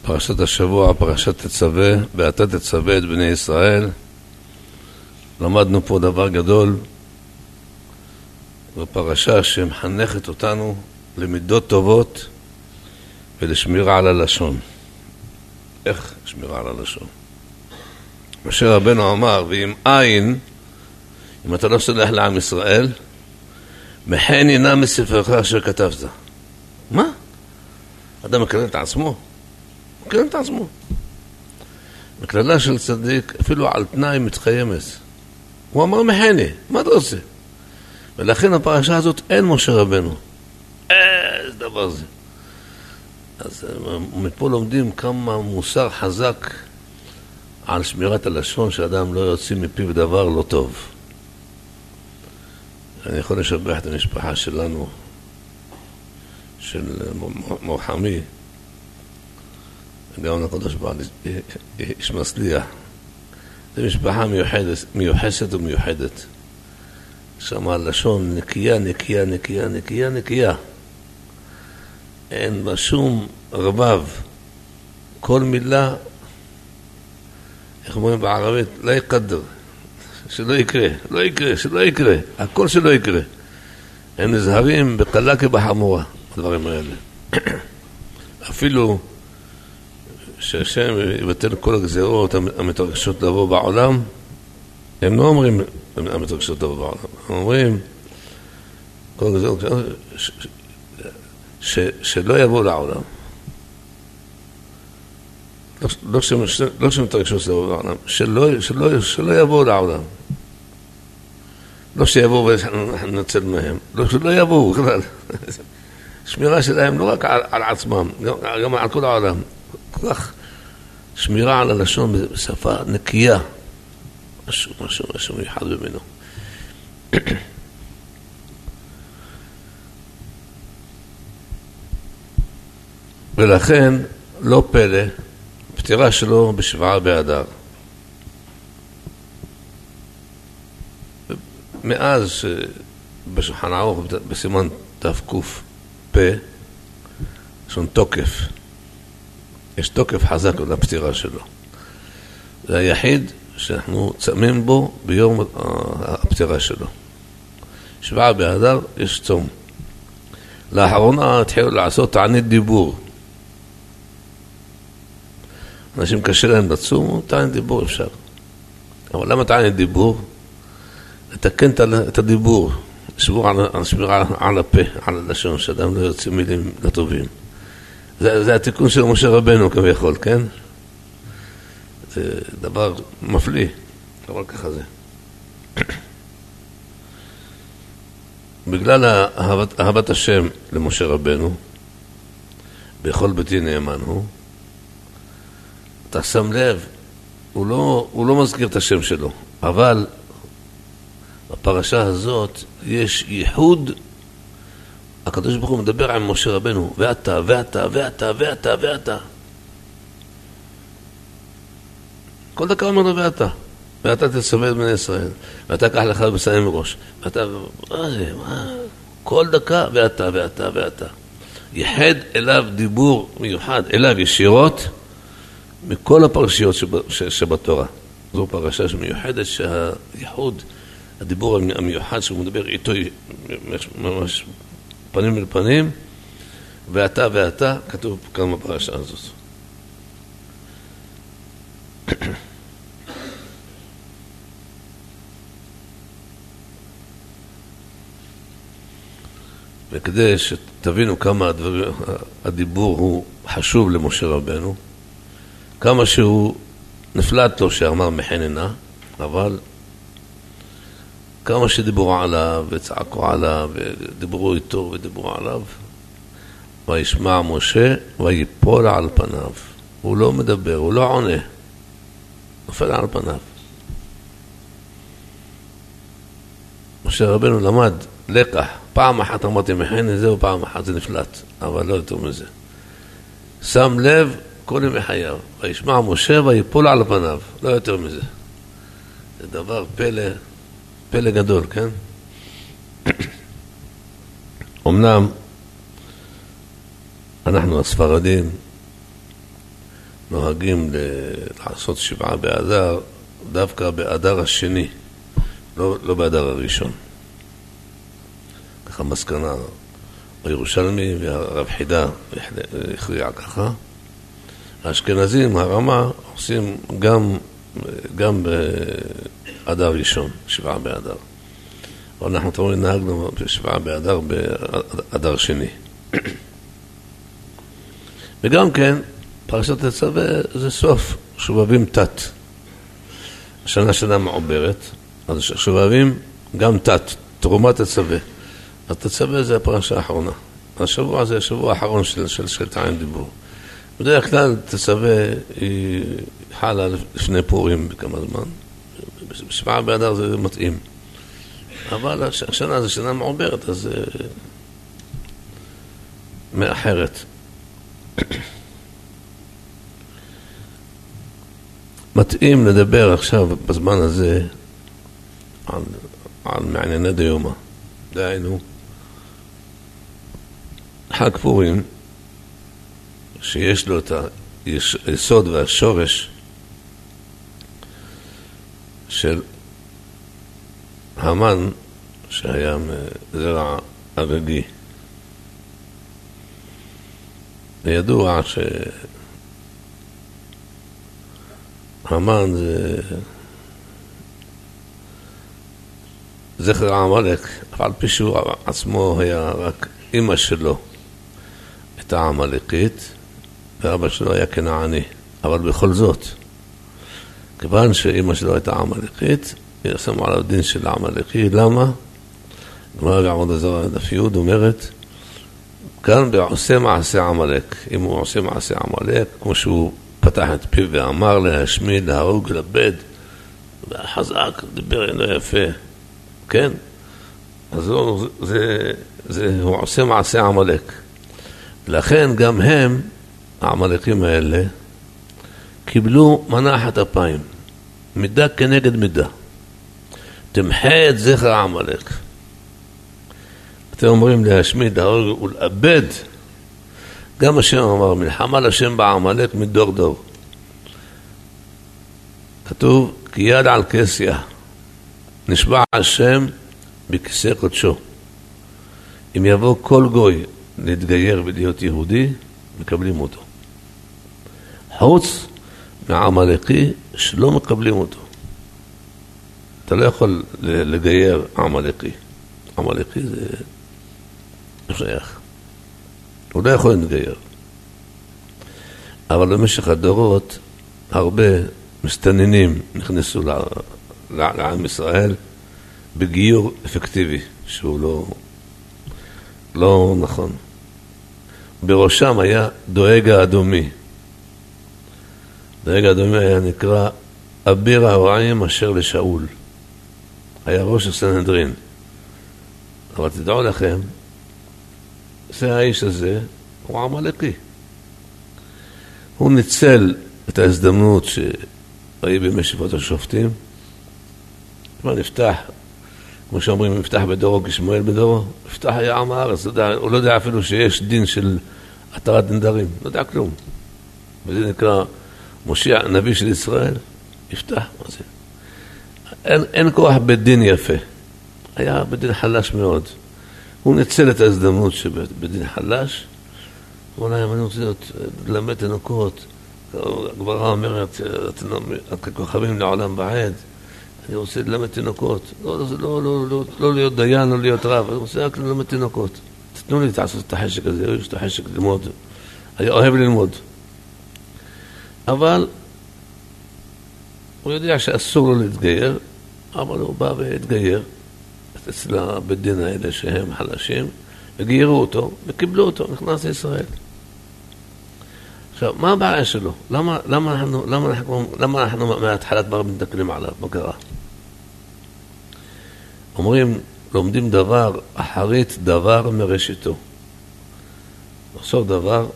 פרשת השבוע, פרשת תצווה, ואתה תצווה את בני ישראל. למדנו פה דבר גדול, בפרשה שמחנכת אותנו למידות טובות ולשמירה על הלשון. איך שמירה על הלשון? משה רבנו אמר, ואם אין, אם אתה לא סולח לעם ישראל, מחן הנה מספרך אשר כתבת. מה? אדם מקלל את עצמו? מקלל את עצמו. מקללה של צדיק אפילו על תנאי מתקיימת. הוא אמר מחני, מה אתה עושה? ולכן הפרשה הזאת אין משה רבנו. איזה דבר זה. אז מפה לומדים כמה מוסר חזק על שמירת הלשון, שאדם לא יוצא מפיו דבר לא טוב. אני יכול לשבח את המשפחה שלנו, של מוחמי, גם הקדוש ברוך הוא איש מצליח. זו משפחה מיוחסת ומיוחדת. שם הלשון נקייה, נקייה, נקייה, נקייה, נקייה. אין בה שום רבב. כל מילה, איך אומרים בערבית, לא יקדר. שלא יקרה, לא יקרה, שלא יקרה. הכל שלא יקרה. הם נזהרים בקלה כבחמורה, הדברים האלה. אפילו שהשם יבטל כל הגזירות המתרגשות לבוא בעולם, הם לא אומרים המתרגשות לבוא בעולם, הם אומרים כל הגזירות שלא יבוא לעולם. לא שמתרגשות לבוא בעולם, שלא יבוא לעולם. לא שיבואו ונצל מהם, לא שלא יבואו בכלל. שמירה שלהם לא רק על עצמם, גם על כל העולם. כל כך שמירה על הלשון בשפה נקייה. משהו מיוחד במינו. ולכן לא פלא, פטירה שלו בשבעה באדר. מאז שבשולחן ערוך בסימן תקף פה, יש לנו תוקף. יש תוקף חזק לפטירה שלו. זה היחיד שאנחנו צמים בו ביום הפטירה שלו. שבעה באדר יש צום. לאחרונה התחילו לעשות תענית דיבור. אנשים קשה להם לצום, תענית דיבור אפשר. אבל למה תענית דיבור? לתקן את הדיבור, לשמור על שמירה על הפה, על הלשון, שאדם לא יוצא מילים לטובים. זה התיקון של משה רבנו כביכול, כן? זה דבר מפליא, אבל ככה זה. בגלל אהבת השם למשה רבנו, בכל ביתי נאמן הוא, אתה שם לב, הוא לא מזכיר את השם שלו, אבל בפרשה הזאת יש ייחוד. הקדוש ברוך הוא מדבר עם משה רבנו, ואתה, ואתה, ואתה, ואתה, ואתה. כל דקה אומר לו ואתה. ואתה תצווה את בני ישראל. ואתה קח לך בשמים מראש. ואתה, כל דקה ואתה, ואתה, ואתה. ייחד אליו דיבור מיוחד, אליו ישירות, מכל הפרשיות שבתורה. זו פרשה שמיוחדת שהייחוד, הדיבור המיוחד שהוא מדבר איתו ממש פנים אל פנים, ואתה ואתה, כתוב כאן בפרשה הזאת. וכדי שתבינו כמה הדיבור הוא חשוב למשה רבנו, כמה שהוא נפלט לו שאמר מחננה, אבל כמה שדיברו עליו וצעקו עליו ודיברו איתו ודיברו עליו, וישמע משה ויפול על פניו. הוא לא מדבר, הוא לא עונה, נופל על פניו. משה רבנו למד לקח, פעם אחת אמרתי מחני זהו, פעם אחת זה נפלט, אבל לא יותר מזה. שם לב כל ימי חייו, וישמע משה ויפול על פניו, לא יותר מזה. זה דבר פלא גדול, כן? אמנם אנחנו הספרדים נוהגים לעשות 7 באדר, דווקא באדר השני, לא באדר הראשון. ככה מסקנה, הירושלמי והרב חידה הכריע ככה. האשכנזים, הרמה, עושים גם באדר ראשון, 7 באדר. אבל אנחנו תמיד נהגנו 7 באדר באדר שני. וגם כן, פרשת תצווה זה סוף, שובבים תת. שנה מעוברת, אז שובבים גם תת, תרומת תצווה. התצווה זה הפרשה האחרונה. השבוע זה השבוע האחרון של תעין דיבור. בדרך כלל תצווה היא חלה לפני פורים בכמה זמן. 7 באדר זה מתאים. אבל השנה זה שנה מעוברת, אז מאחרת. מתאים לדבר עכשיו בזמן הזה על מענייני דיומא. דהיינו, חג פורים, שיש לו את היסוד והשורש של המן שהיה זרע אגגי. וידוע שהמן זה זכר העמלק, אבל פי שהוא עצמו היה רק אמא שלו את העמלקית, ואבא שלו היה כנעני. אבל בכל זאת, כיוון שאמא שלו הייתה עמלקית, שמו עליו דין של העמלקי. למה? גמרא בעמוד הזוהר דף י' אומרת, כאן בעושה מעשה עמלק. אם הוא עושה מעשה עמלק, כמו שהוא פתח את פיו ואמר להשמיד, להרוג, לבד, חזק, דיבר אינו יפה, כן? אז הוא עושה מעשה עמלק. לכן גם הם, העמלקים האלה, קיבלו מנחת אפיים, מידה כנגד מידה. תמחה את זכר העמלק. אתם אומרים להשמיד, להרוג ולאבד. גם השם אמר, מלחמה לשם בעמלק מדור דור. כתוב, כי יד על כסיה, נשבע השם בכיסא קודשו. אם יבוא כל גוי להתגייר ולהיות יהודי, מקבלים אותו. חוץ מהעמלקי שלא מקבלים אותו. אתה לא יכול לגייר עמלקי. עמלקי זה שייך. הוא לא יכול להתגייר. אבל במשך הדורות הרבה מסתננים נכנסו לעם ישראל בגיור אפקטיבי, שהוא לא נכון. בראשם היה דואג האדומי. דואג האדומי היה נקרא אביר הרעים אשר לשאול. היה ראש הסנהדרין. אבל תדעו לכם, זה האיש הזה, הוא עמלקי. הוא ניצל את ההזדמנות שהיא במשפט השופטים. כבר נפתח, כמו שאומרים, נפתח בדורו כשמואל בדורו. נפתח היה עם הארץ, הוא לא יודע אפילו שיש דין של התרת נדרים. לא יודע כלום. וזה נקרא מושיע, נביא של ישראל. יפתח, מה זה? אין כוח בדין יפה. היה בדין חלש מאוד. הוא ניצל את ההזדמנות שבדין חלש. הוא אומר להם, אני רוצה ללמד תינוקות. הגמרא אומרת, הכוכבים לעולם בעד. אני רוצה ללמד תינוקות. לא להיות דיין, לא להיות רב. אני רוצה רק ללמד תינוקות. תתנו לי לעשות את החשק הזה. יש את החשק ללמוד. אני אוהב ללמוד. אבל הוא יודע שאסור לו להתגייר, אבל הוא בא והתגייר אצל הבדין האלה שהם חלשים, וגיירו אותו, וקיבלו אותו, נכנס לישראל. עכשיו, מה הבעיה שלו? למה אנחנו מההתחלת כבר מתנכלים עליו? מה קרה? אומרים, לומדים דבר, אחרית דבר מראשיתו. בסוף דבר,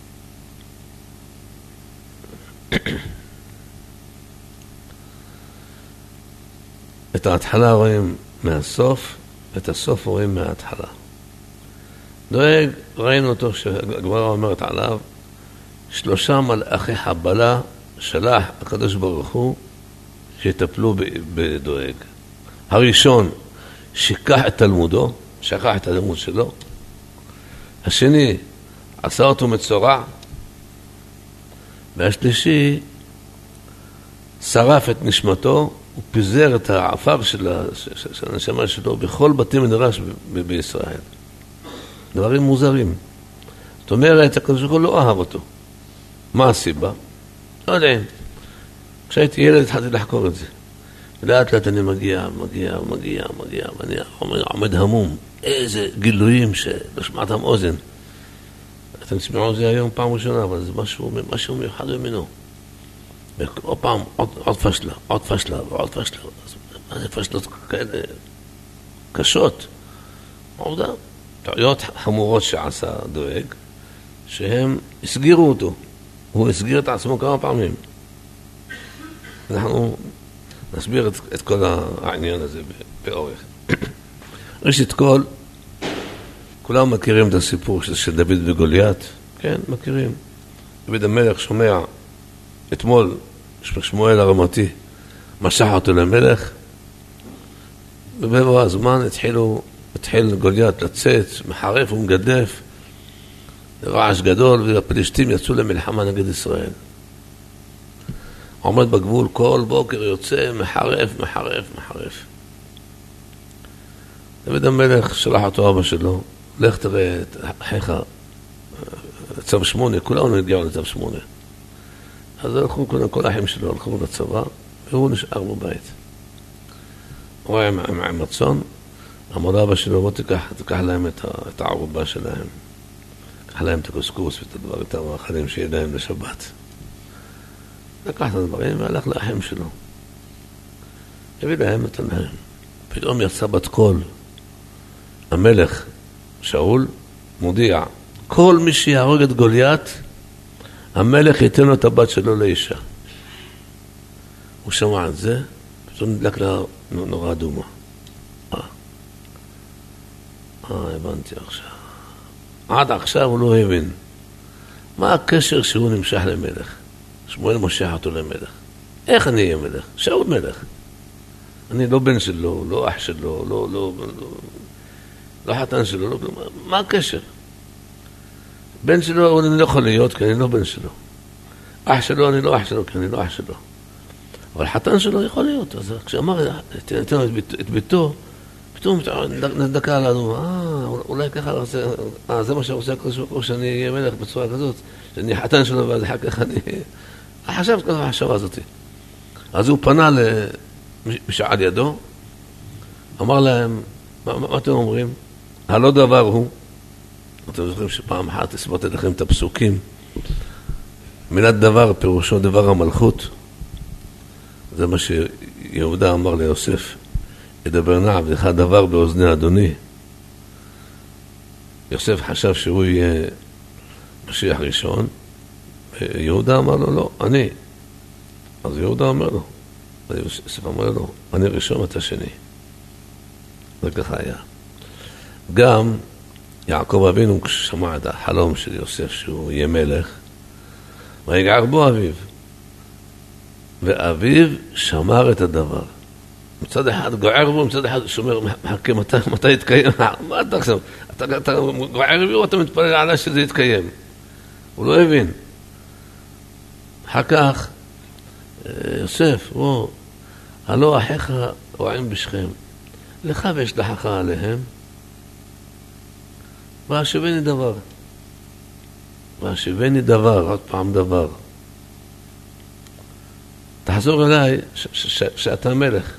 את ההתחלה רואים מהסוף, ואת הסוף רואים מההתחלה. דואג, ראינו אותו שהגמרא אומרת עליו, 3 מלאכי חבלה שלח הקדוש ברוך הוא שיטפלו בדואג. הראשון שכח את תלמודו, שכח את הלימוד שלו. השני עשה אותו מצורע. והשלישי שרף את נשמתו ופיזר את העפר של הנשמה שלו בכל בתי מדרש בישראל. דברים מוזרים. זאת אומרת, הקדוש ברוך הוא לא אהב אותו. מה הסיבה? לא יודע. כשהייתי ילד התחלתי לחקור את זה. ולאט לאט אני מגיע, ואני עומד המום. איזה גילויים שלא שמעתם אוזן. אתם תשמעו זה היום פעם ראשונה, אבל זה משהו מיוחד במינו. ועוד פעם, עוד פשלה. מה זה פשלות כאלה קשות? עובדה. טעויות חמורות שעשה דואג, שהם הסגירו אותו. הוא הסגיר את עצמו כמה פעמים. אנחנו נסביר את כל העניין הזה באורך. ראשית כל, כולם מכירים את הסיפור של דוד וגוליית. כן, מכירים. דוד המלך שומע אתמול שמואל הרמתי משך אותו למלך, ובבוא הזמן התחיל גוליית לצאת, מחרף ומגדף, רעש גדול, והפלישתים יצאו למלחמה נגד ישראל. עומד בגבול, כל בוקר יוצא, מחרף. דוד המלך שלח אותו אבא שלו, לך תראה את אחיך, צו 8, כולנו הגיעו לצו 8. אז הלכו כל האחים שלו, הלכו לצבא, והוא נשאר בבית. הוא היה עם הצאן, אמר לאבא שלו, בוא תיקח להם את הערובה שלהם. תיקח להם את הקוסקוס ואת המאכלים שיהיה להם לשבת. לקח את הדברים והלך לאחים שלו. הביא להם את להם. פתאום יצא בת קול. המלך שאול מודיע, כל מי שיהרוג את גוליית, המלך ייתן לו את הבת שלו לאישה. הוא שמע את זה, פתאום נדלק לה נורא אדומה. הבנתי עכשיו. עד עכשיו הוא לא הבין. מה הקשר שהוא נמשך למלך? שמואל מושך אותו למלך. איך אני אהיה מלך? שאול מלך. אני לא בן שלו, לא אח שלו, לא חתן שלו, מה הקשר? בן שלו אני לא יכול להיות, כי אני לא בן שלו. אח שלו אני לא אח שלו, כי אני לא אח שלו. אבל חתן שלו יכול להיות. אז כשאמר, תן לו את ביתו, פתאום נדקה עלינו, אולי ככה, זה מה שרוצה הקדוש שאני אהיה מלך בצורה כזאת, שאני חתן שלו, ואז אחר כך אני חשב ככה החשבה הזאת. אז הוא פנה בשעל ידו, אמר להם, מה אתם אומרים? הלא דבר הוא, אתם זוכרים שפעם אחת הסברתי לכם את הפסוקים, מילת דבר פירושו דבר המלכות, זה מה שיהודה אמר ליוסף, ידבר נע עבדך דבר באוזני אדוני. יוסף חשב שהוא יהיה משיח ראשון, ויהודה אמר לו, לא, אני. אז יהודה אומר לו, יוסף אמר לו, אני ראשון אתה שני. זה ככה היה. גם יעקב אבינו כששמע את החלום של יוסף שהוא יהיה מלך, ויגער בו אביו. ואביו שמר את הדבר. מצד אחד גוער בו, מצד אחד שומר, מחכה מתי יתקיים. מה אתה עכשיו? אתה גוער בו, אתה מתפלל עליו שזה יתקיים. הוא לא הבין. אחר כך, יוסף, הלא אחיך רועים בשכם. לך ואשלחך עליהם. והשיבני דבר, עוד פעם דבר. תחזור אליי שאתה מלך.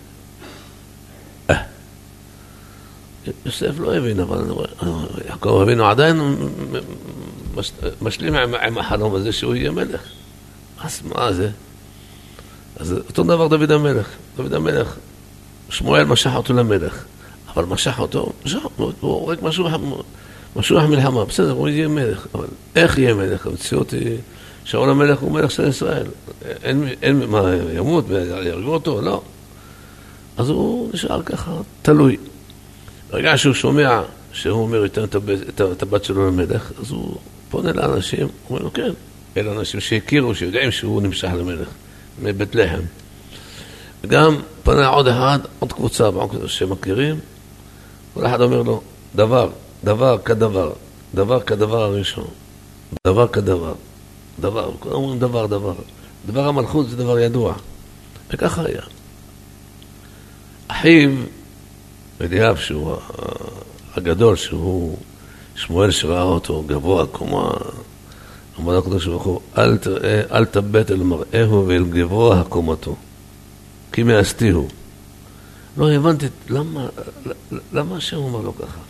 יוסף לא הבין, אבל יעקב הבינו עדיין משלים עם החלום הזה שהוא יהיה מלך. אז מה זה? אז אותו דבר דוד המלך. דוד המלך, שמואל משך אותו למלך, אבל משך אותו, הוא רק משהו המלחמה, בסדר, הוא יהיה מלך, אבל איך יהיה מלך? המציאות היא, שאול המלך הוא מלך של ישראל, אין מה ימות וירגו אותו, לא. אז הוא נשאר ככה, תלוי. ברגע שהוא שומע שהוא אומר, ייתן את הבת שלו למלך, אז הוא פונה לאנשים, הוא אומר לו, כן, אלה אנשים שהכירו, שיודעים שהוא נמשך למלך, מבית לחם. וגם פנה עוד אחד, עוד קבוצה שמכירים, כל אחד אומר לו, דבר כדבר, דבר כדבר הראשון, דבר כדבר, דבר, כולם אומרים דבר. דבר המלכות זה דבר ידוע. וככה היה. אחיו, אליאב, שהוא הגדול, שהוא שמואל שראה אותו גבוה, קומה, אמר לקדוש ברוך הוא, אל תבט אל מראהו ואל גבוה קומתו, כי מאסתיהו. לא הבנתי, למה השם אומר לו ככה?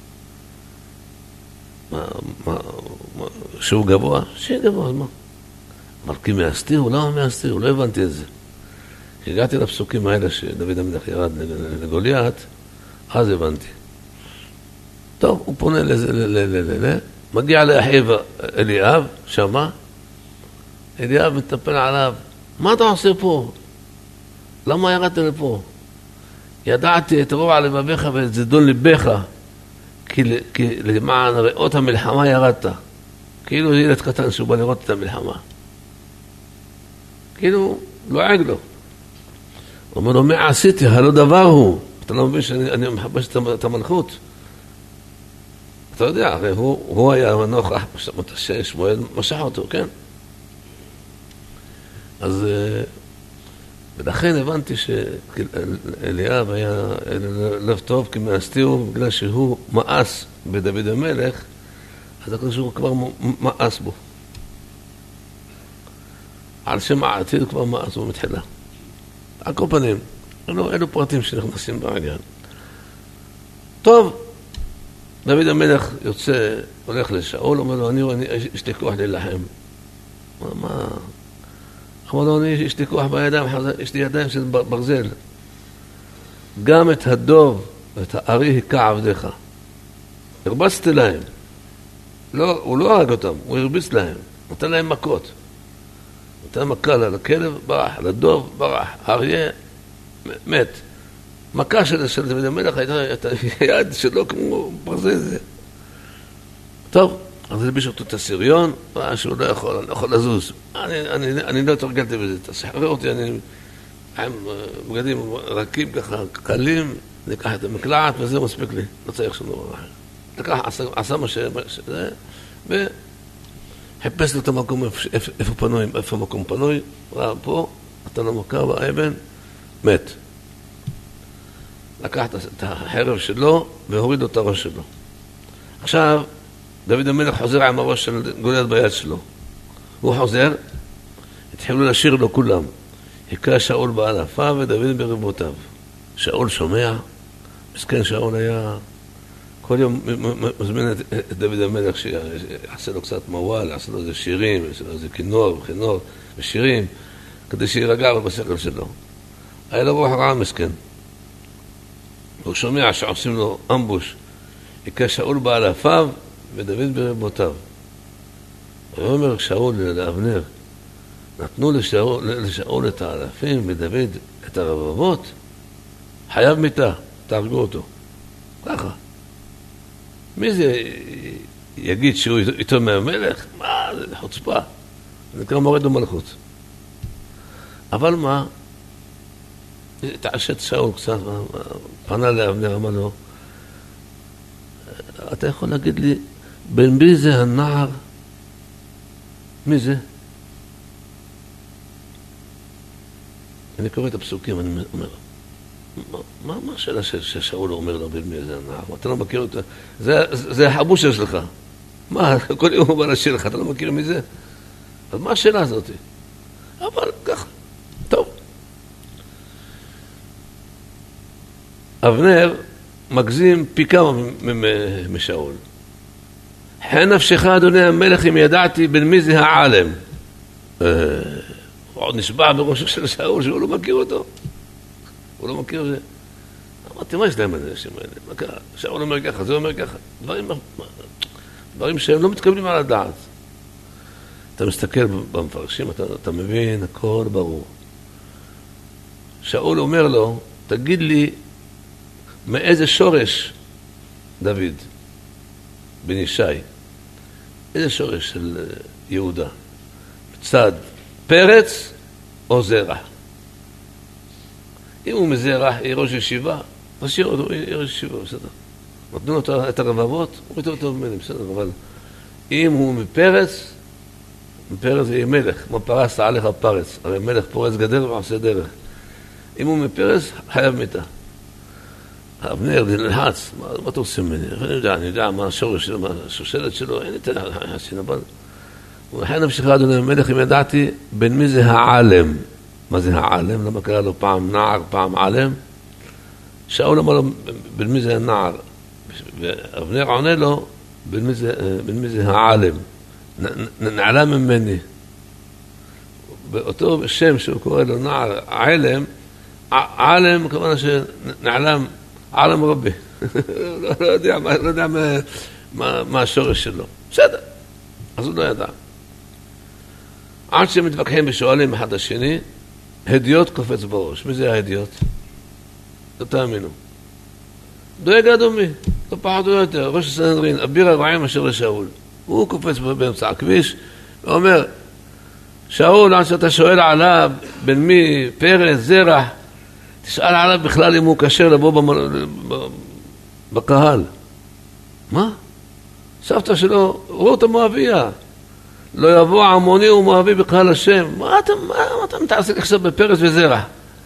שהוא גבוה? שיהיה גבוה, אז מה? אבל כי מאסתיהו? למה מאסתיהו? לא הבנתי את זה. כשהגעתי לפסוקים האלה שדוד המלך ירד לגוליית, אז הבנתי. טוב, הוא פונה מגיע לאחיו אליאב, שמה, אליאב מטפל עליו, מה אתה עושה פה? למה ירדת לפה? ידעתי את רוע לבביך ואת זדון ליבך, כי למען ראות המלחמה ירדת. כאילו ילד קטן שהוא בא לראות את המלחמה. כאילו לועג לו. הוא אומר לו, מה עשיתי? הלא דבר הוא. אתה לא מבין שאני מחפש את המלכות? אתה יודע, הרי הוא היה נוכח, שמואל משך אותו, כן? אז ולכן הבנתי שאליאב היה לב טוב, כי מאסתיהו, בגלל שהוא מאס בדוד המלך, אז הקדוש ברוך הוא כבר מאס בו. על שם העתיד כבר מאס בו מתחילה. על כל פנים, אלו פרטים שנכנסים בעניין. טוב, דוד המלך יוצא, הולך לשאול, אומר לו, יש לי כוח להילחם. מה? אמר לו, יש לי כוח בידיים, יש לי ידיים של ברזל. גם את הדוב ואת הארי היכה עבדיך. הרבצתי להם. לא, הוא לא הרג אותם, הוא הרביץ להם. נתן להם מכות. נתן מכה לכלב, ברח, לדוב, ברח. האריה מת. מכה של דוד המלך הייתה יד שלו כמו ברזל זה. טוב, אז הלביש אותו את הסריון, ראה שהוא לא יכול, אני לא יכול לזוז. אני לא תרגלתי בזה, תשחרר אותי, אני עם בגדים רכים ככה, קלים, ניקח את המקלעת וזה מספיק לי, לא צריך שום דבר אחר. לקח, עשה מה שזה, וחיפש לו את המקום, איפה פנוי, איפה המקום פנוי, ראה פה, נתן לו מכה באבן, מת. לקח את החרב שלו והוריד לו את הראש שלו. עכשיו, דוד המלך חוזר עם הראש של גוליית ביד שלו. הוא חוזר, התחילו לשיר לו כולם. היכה שאול באלפיו ודוד ברבותיו. שאול שומע, מסכן שאול היה, כל יום מזמין את דוד המלך שיעשה לו קצת מוואל, יעשה לו איזה שירים, יעשה לו איזה כינור ושירים, כדי שירגע בשכל שלו. היה לו רוח רעה מסכן. הוא שומע שעושים לו אמבוש, היכה שאול באלפיו ודוד ברבותיו. הוא אומר שאול לאבנר, נתנו לשאול את האלפים ודוד את הרבבות, חייב מיתה, תהרגו אותו. ככה. מי זה יגיד שהוא איתו מהמלך? מה, זה חוצפה. זה נקרא מורד במלכות. אבל מה? התעשת שאול קצת, פנה לאבנר, אמר לו, אתה יכול להגיד לי, בין מי זה הנער? מי זה? אני קורא את הפסוקים, אני אומר, מה השאלה ששאול אומר לו בין מי זה הנער? אתה לא מכיר אותה? זה החבושה שלך. מה, כל יום הוא בא לשיר לך, אתה לא מכיר מי זה? אז מה השאלה הזאת? אבל ככה, טוב. אבנר מגזים פי כמה משאול. חן נפשך אדוני המלך אם ידעתי בין מי זה העלם. הוא עוד נשבע בראשו של שאול שהוא לא מכיר אותו. הוא לא מכיר זה. אמרתי, מה יש להם על זה? שאול אומר ככה, זה אומר ככה. דברים שהם לא מתקבלים על הדעת. אתה מסתכל במפרשים, אתה מבין, הכל ברור. שאול אומר לו, תגיד לי, מאיזה שורש דוד בן ישי? איזה שורש של יהודה? צד פרץ או זרע. אם הוא מזרע, ראש ישיבה, תשאיר אותו, ראש ישיבה, בסדר. נתנו לו את הרבבות, הוא יותר טוב ממני, בסדר, אבל אם הוא מפרץ, מפרץ זה מלך, כמו פרס עליך פרץ, הרי מלך פורץ גדר ועושה דרך. אם הוא מפרץ, חייב מיתה. אבנר, נלחץ, מה אתה עושה ממני? אני יודע מה השורש שלו, מה השושלת שלו, אין את החסין, אבל ולכן נמשיך אדוני המלך, אם ידעתי בין מי זה העלם. מה זה העלם? למה קרא לו פעם נער, פעם עלם? שאול אמר לו בין מי זה הנער, ואבנר עונה לו בין מי זה העלם. נעלם ממני. באותו שם שהוא קורא לו נער עלם, עלם כמובן שנעלם עלם רבי. לא יודע מה השורש שלו. בסדר. אז הוא לא ידע. עד שמתווכחים ושואלים אחד השני, הדיוט קופץ בראש. מי זה ההדיוט? לא תאמינו. דואג אדומי, לא פחות או יותר, ראש הסנהדרין, אביר הרעים אשר לשאול. הוא קופץ באמצע הכביש, ואומר, שאול, עד שאתה שואל עליו, בין מי, פרץ, זרח, תשאל עליו בכלל אם הוא קשר לבוא בקהל. מה? סבתא שלו, רות המואביה. לא יבוא עמוני ומואבי בקהל השם. מה אתה מתעסק עכשיו בפרץ וזרח?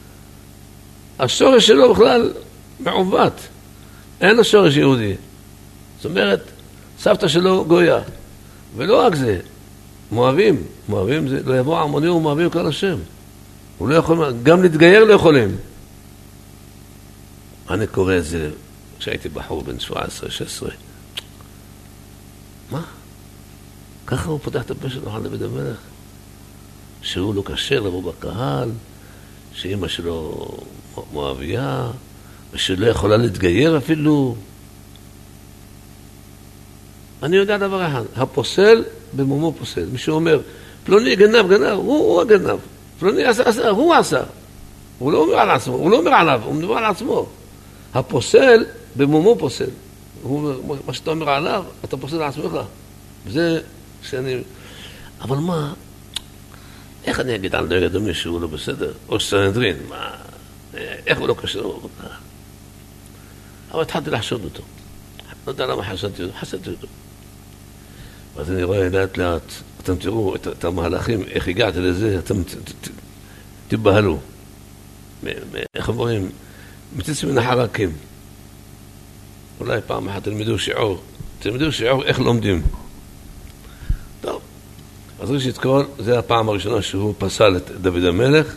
השורש שלו בכלל מעוות. אין לו שורש יהודי. זאת אומרת, סבתא שלו גויה. ולא רק זה, מואבים זה, לא יבוא עמוני ומואבי בקהל השם. הוא לא יכול, גם להתגייר לא יכולים. אני קורא את זה כשהייתי בחור בן 17-16. מה? ככה הוא פותח את הפה שלו על דוד המלך. שהוא לא קשר לבוא בקהל, שאמא שלו מואביה, ושלא יכולה להתגייר אפילו. אני יודע דבר אחד, הפוסל במומו פוסל. מישהו אומר, פלוני גנב, הוא הגנב. פלוני עשה, הוא עשה. הוא לא אומר על עצמו, הוא לא אומר עליו, הוא מדבר על עצמו. הפוסל במומו פוסל. מה שאתה אומר עליו, אתה פוסל על עצמך. וזה שאני... אבל מה? איך אני אגיד על דואג אדומי שהוא לא בסדר? או סנהדרין, מה? איך הוא לא קשר? אבל התחלתי לחשוד אותו. לא יודע למה חשדתי אותו. ואז אני רואה לאט לאט, אתם תראו את המהלכים, איך הגעתי לזה, אתם תבהלו. איך אומרים? מציץ מן החרקים. אולי פעם אחת תלמדו שיעור איך לומדים. טוב, אז ראשית כל, זה הפעם הראשונה שהוא פסל את דוד המלך,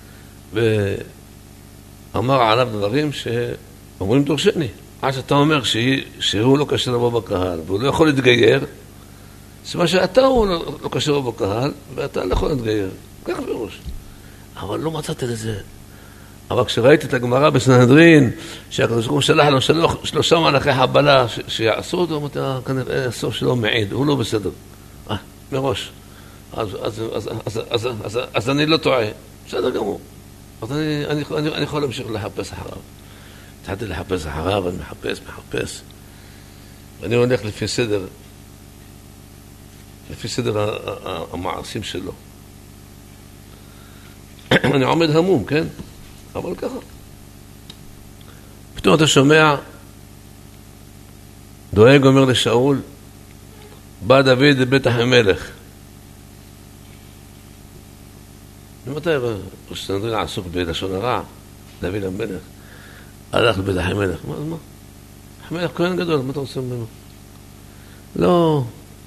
ואמר עליו דברים שאומרים דורשני. עד שאתה אומר שהוא לא קשר לבוא בקהל, והוא לא יכול להתגייר, סימן שאתה הוא לא קשר לבוא בקהל, ואתה לא יכול להתגייר. כך בראש. אבל לא מצאתי לזה. אבל כשראיתי את הגמרא בסנהדרין, שהקדוש ברוך הוא שלח לו שלושה מלאכי חבלה שיעשו אותו, אמרתי, כנראה הסוף שלו מעיד, הוא לא בסדר. מראש. אז אני לא טועה. בסדר גמור. אז אני יכול להמשיך לחפש אחריו. התחלתי לחפש אחריו, אני מחפש. ואני הולך לפי סדר המעשים שלו. אני עומד המום, כן? אבל ככה. פתאום אתה שומע, דואג אומר לשאול, בא דוד לבית המלך. ומתי ראש הסנהדרין עסוק בלשון הרע, דוד המלך, הלך לבית המלך. מה? המלך כהן גדול, מה אתה עושה ממנו? לא.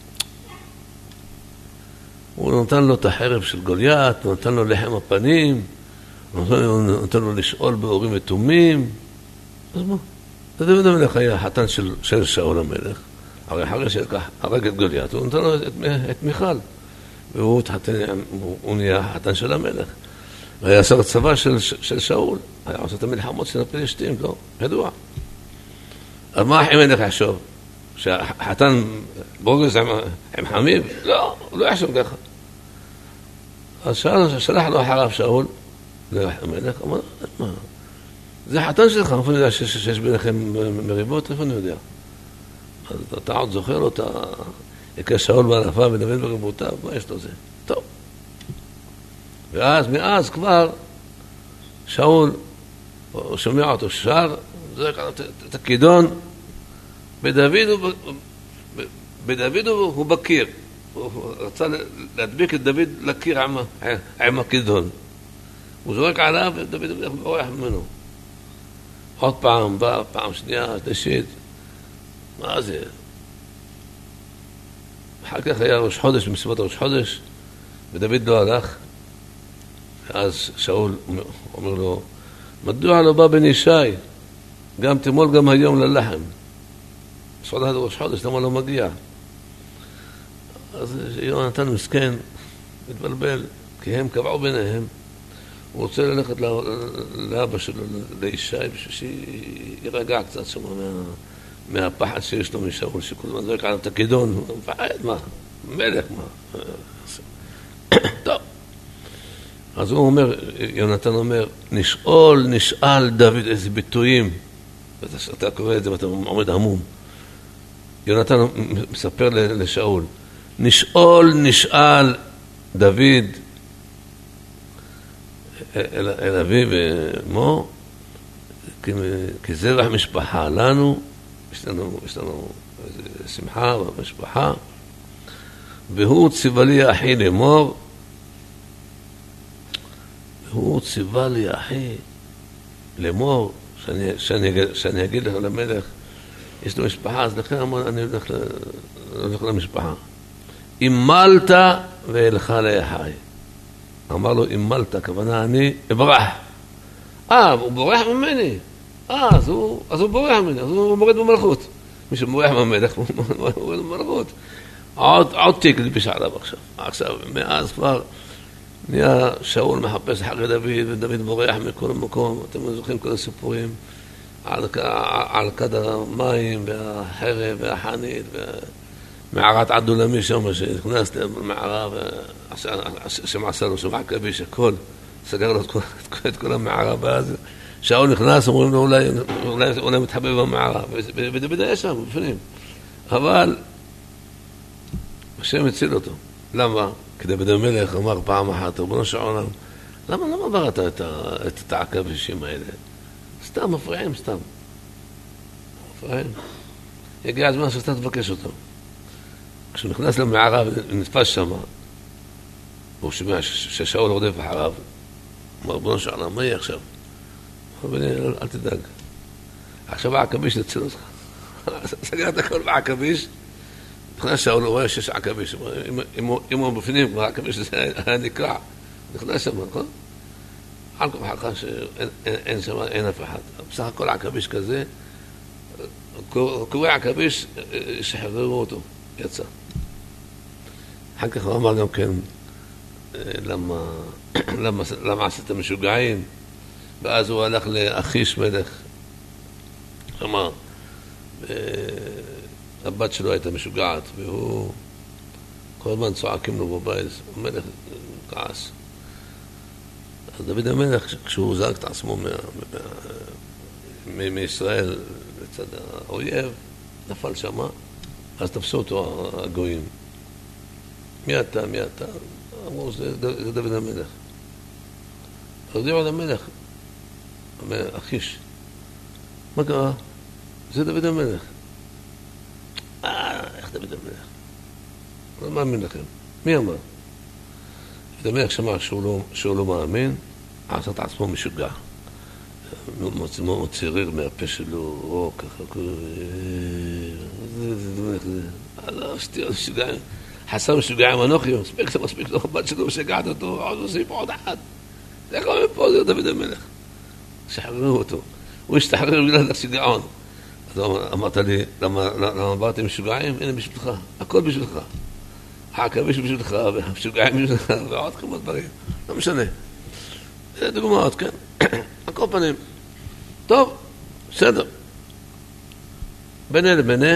הוא נותן לו את החרב של גוליית, הוא נותן לו לחם הפנים, הוא נותן לו לשאול באורים ותומים. אז מה? דוד המלך היה החתן של שאול המלך. הרי אחרי שלקח הרג את גוליית, הוא נותן לו את מיכל. והוא נהיה החתן של המלך. והיה שר צבא של שאול. היה עושה את המלחמות של הפלישתים, לא? ידוע. אז מה המלך יחשוב? שהחתן בוגז עם חמיב? לא, הוא לא יחשוב ככה. אז שלח לו אחריו שאול, המלך, אמר, מה? זה חתן שלך, איפה אני יודע שיש ביניכם מריבות? איפה אני יודע? אז אתה עוד זוכר לו את שאול בענפה ודוד בריבותיו, מה יש לו זה? טוב, ואז, מאז כבר, שאול, הוא שומע אותו שר, זורק עליו את הכידון, בדוד הוא בקיר. הוא רצה להדביק את דוד לקיר עם הכידון. הוא זורק עליו, ודוד בורח ממנו. עוד פעם, בא, פעם שנייה, שלישית. מה זה? אחר כך היה ראש חודש, במסיבת ראש חודש, ודוד לא הלך. ואז שאול אומר לו, מדוע לא בא בן ישי? גם תמול גם היום ללחם. סעודה ראש חודש, למה לא מגיע? אז יונתן מסכן, מתבלבל, כי הם קבעו ביניהם. הוא רוצה ללכת לאבא שלו, לישי, בשביל שירגע קצת שם מהפחד שיש לו משאול, שכל הזמן זורק עליו את הכידון. הוא מפחד, מה? מלך, מה? טוב. אז הוא אומר, יונתן אומר, נשאל דוד, איזה ביטויים. אתה קורא את זה ואתה עומד המום. יונתן מספר לשאול, נשאל דוד אל אביו ואמו, כזרח משפחה לנו, יש לנו שמחה במשפחה, והוא ציווה לי אחי לאמור, הוא ציווה לי אחי לאמור, שאני אגיד לך למלך, יש לו משפחה, אז לכן אני הולך למשפחה. אימלת ואלך לאחי. אמר לו, אימלת, הכוונה אני אברח. הוא בורח ממני. אז הוא בורח ממני, אז הוא מורד במלכות. מי שבורח מהמלך, הוא מורד במלכות. עוד תיק לביש עליו עכשיו. מאז כבר נהיה שאול מחפש אחרי דוד, ודוד בורח מכל מקום. אתם זוכרים כל הסיפורים על כד המים, והחרב, והחנית, מערת עדולמי שם, שנכנס למערה, שמעשה לו שם עכביש, הכל, סגר לו את כל המערה, ואז שאול נכנס, אומרים לו, אולי מתחבא במערה, ודוד היה שם, בפנים. אבל השם הציל אותו. למה? כי דוד המלך אמר פעם אחת, רבונו של עולם, למה בראת את העכבישים האלה? סתם, מפריעים, סתם. מפריעים. הגיע הזמן שאתה תבקש אותו. כשהוא נכנס למערה ונתפס שם, הוא שומע ששאול רודף אחריו. אמר, בוא נשאלה, מה יהיה עכשיו? הוא אומר, אל תדאג. עכשיו העכביש נציל אותך. סגר את הכל בעכביש, נכנס שאול, הוא רואה שיש עכביש. אם הוא בפנים, העכביש היה נקרע. נכנס שם, נכון? על כוחך שאין שם, אין אף אחד. בסך הכל עכביש כזה, קורא עכביש, שחררו אותו. יצא. אחר כך הוא אמר גם כן, למה עשיתם משוגעים? ואז הוא הלך לאחיש מלך. אמר, הבת שלו הייתה משוגעת, והוא כל הזמן צועקים לו בבית, המלך כעס. אז דוד המלך, כשהוא זרק את עצמו מישראל לצד האויב, נפל שמה, אז תפסו אותו הגויים. מי אתה? אמרו, זה דוד המלך. אז דוד המלך, אחיש, מה קרה? זה דוד המלך. איך דוד המלך? לא מאמין לכם. מי אמר? דוד המלך שמע שהוא לא מאמין, עשה את עצמו משוגע. מוציא ריר מהפה שלו, או ככה, לא, שטויות, משוגעים. חסר משוגעים אנוכי, מספיק לו, הבת שלו משגעת אותו, עוד עושים עוד אחד. זה קורה מפה, זה דוד המלך. שחררו אותו. הוא השתחרר בגלל השיגעון. אז אמרת לי, למה באתם משוגעים? הנה בשבילך, הכל בשבילך. העכביש בשבילך, והמשוגעים בשבילך, ועוד כמה דברים. לא משנה. זה דוגמאות, כן? על כל פנים. טוב, בסדר. ביני לביני,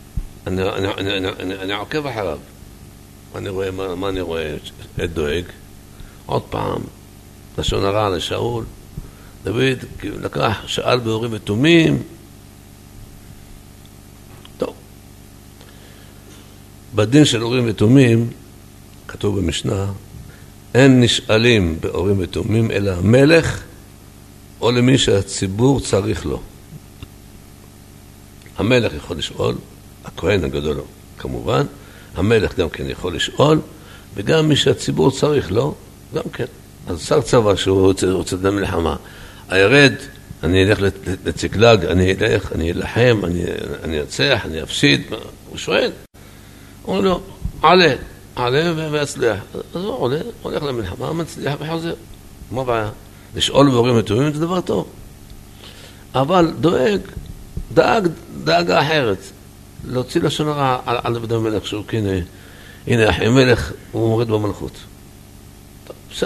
אני עוקב אחריו. אני רואה, מה אני רואה? את דואג. עוד פעם, לשון הרע לשאול. דוד לקח, שאל באורים ותומים. טוב. בדין של אורים ותומים, כתוב במשנה, אין נשאלים באורים ותומים אלא המלך או למי שהציבור צריך לו. המלך יכול לשאול, הכהן הגדול כמובן, המלך גם כן יכול לשאול, וגם מי שהציבור צריך לו, גם כן. אז שר צבא שהוא רוצה דם מלחמה, הירד, אני אלך לצקלג, אני אלך, אני אלחם, אני אצח, אני אפסיד, הוא שואל. הוא אומר לו, עלה ויצליח. אז הוא עולה, הולך למלחמה, מצליח וחוזר. מה בעיה? לשאול באורים ותומים זה דבר טוב. אבל דאגה אחרת. להוציא לשון הרע על עבד המלך, שהוא הנה אחימלך, הוא מוריד במלכות. טוב, בסדר.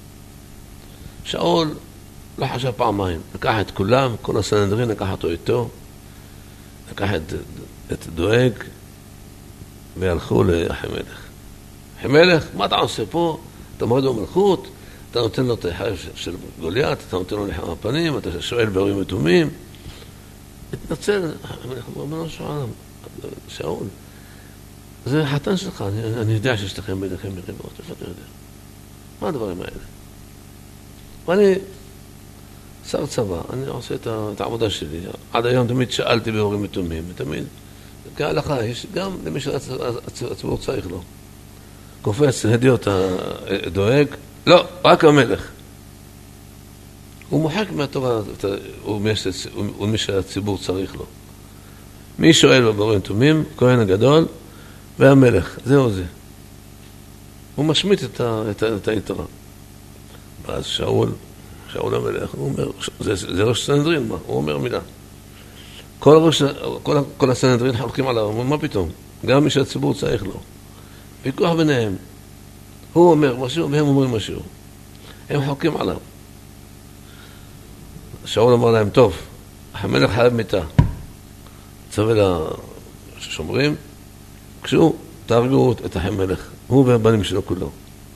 שאול לא חשב פעמיים, לקח את כולם, כל הסנהדרין לקח אותו איתו, לקח את דואג, והלכו לאחימלך. אחימלך, מה אתה עושה פה? אתה מוריד במלכות, אתה נותן לו את החרב של גוליית, אתה נותן לו לחם הפנים, אתה שואל באורים ותומים. התנצל, אחימלך אומר לו שאול, זה חתן שלך, אני יודע שיש לכם ביניכם מריבות, איפה אתה יודע? מה הדברים האלה? ואני שר צבא, אני עושה את העבודה שלי, עד היום תמיד שאלתי באורים ותומים, תמיד, כהלכה, יש גם למי שהציבור צריך לו. קופץ, הדיוט דואג, לא, רק המלך. הוא מוחק מהתורה, ומי שהציבור צריך לו. מי שואל באורים ותומים? כהן הגדול והמלך, זהו זה. הוא משמיט את היתרה. ואז שאול המלך, הוא אומר, זה ראש סנהדרין, מה? הוא אומר מילה. כל הסנהדרין חולקים עליו, הוא אומר, מה פתאום? גם מי שהציבור צריך לו. ויכוח ביניהם. הוא אומר משהו והם אומרים משהו. הם חולקים עליו. שאול אמר להם, טוב, המלך חייב מיתה. צווה לשומרים, קשו, תהרגו את המלך, הוא והבנים שלו כולו.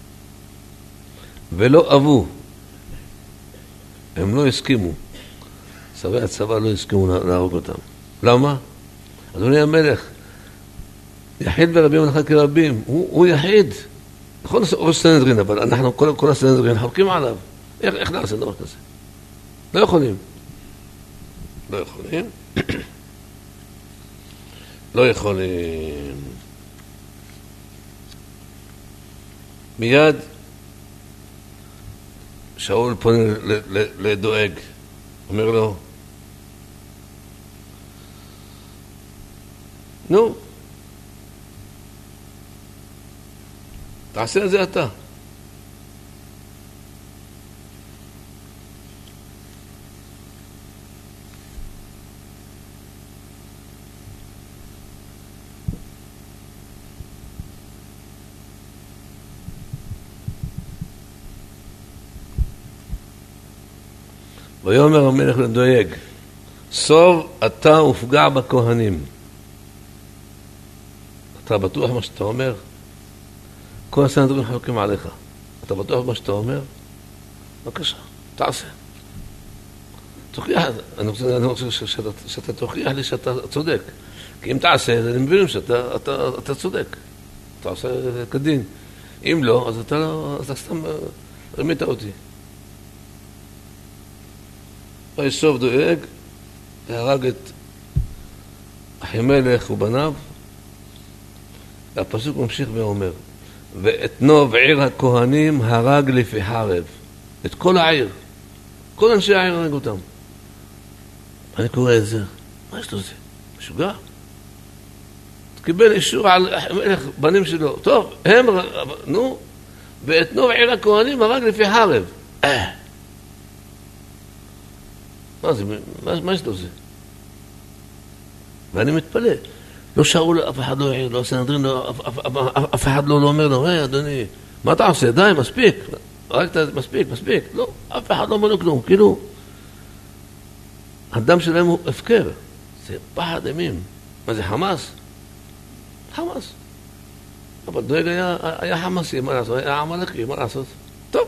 ולא אבו, הם לא הסכימו, שרי הצבא לא הסכימו להרוג אותם. למה? אדוני המלך, יחיד ורבים אנחנו כרבים, הוא יחיד. נכון ראש סנהדרין, אבל אנחנו כל הסנהדרין חולקים עליו. איך נעשה דבר כזה? לא יכולים. לא יכולים. מיד שאול פונה לדואג, אומר לו, נו, תעשה את זה אתה. ויאמר המלך לדואג, סוב אתה ופגע בכהנים. אתה בטוח מה שאתה אומר? כל הסנהדרין חולקים עליך. אתה בטוח מה שאתה אומר? בבקשה, תעשה. תוכיח, אני רוצה שאתה תוכיח לי שאתה צודק. כי אם תעשה, אני מבין שאתה צודק. אתה עושה כדין. אם לא, אז אתה סתם רמית אותי. ויסוב דואג, הרג את אחימלך ובניו, והפסוק ממשיך ואומר, ואת נוב עיר הכהנים הרג לפי חרב. את כל העיר. כל אנשי העיר הרג אותם. אני קורא את זה. מה יש לו זה? משוגע? קיבל אישור על אחימלך, בנים שלו. טוב, נו, ואת נוב עיר הכהנים הרג לפי חרב. מה זה? מה יש לו זה? ואני מתפלא. לא שאול, אף אחד לא העיר, לא סנהדרין, אף אחד לא אומר לו, היי אדוני, מה אתה עושה? די, מספיק. רק מספיק. לא, אף אחד לא אומר לו כלום. כאילו, הדם שלהם הוא הפקר. זה פחד אימים. מה זה, חמאס? חמאס. אבל דואג היה חמאסי, מה לעשות? היה עמלקי, מה לעשות? טוב.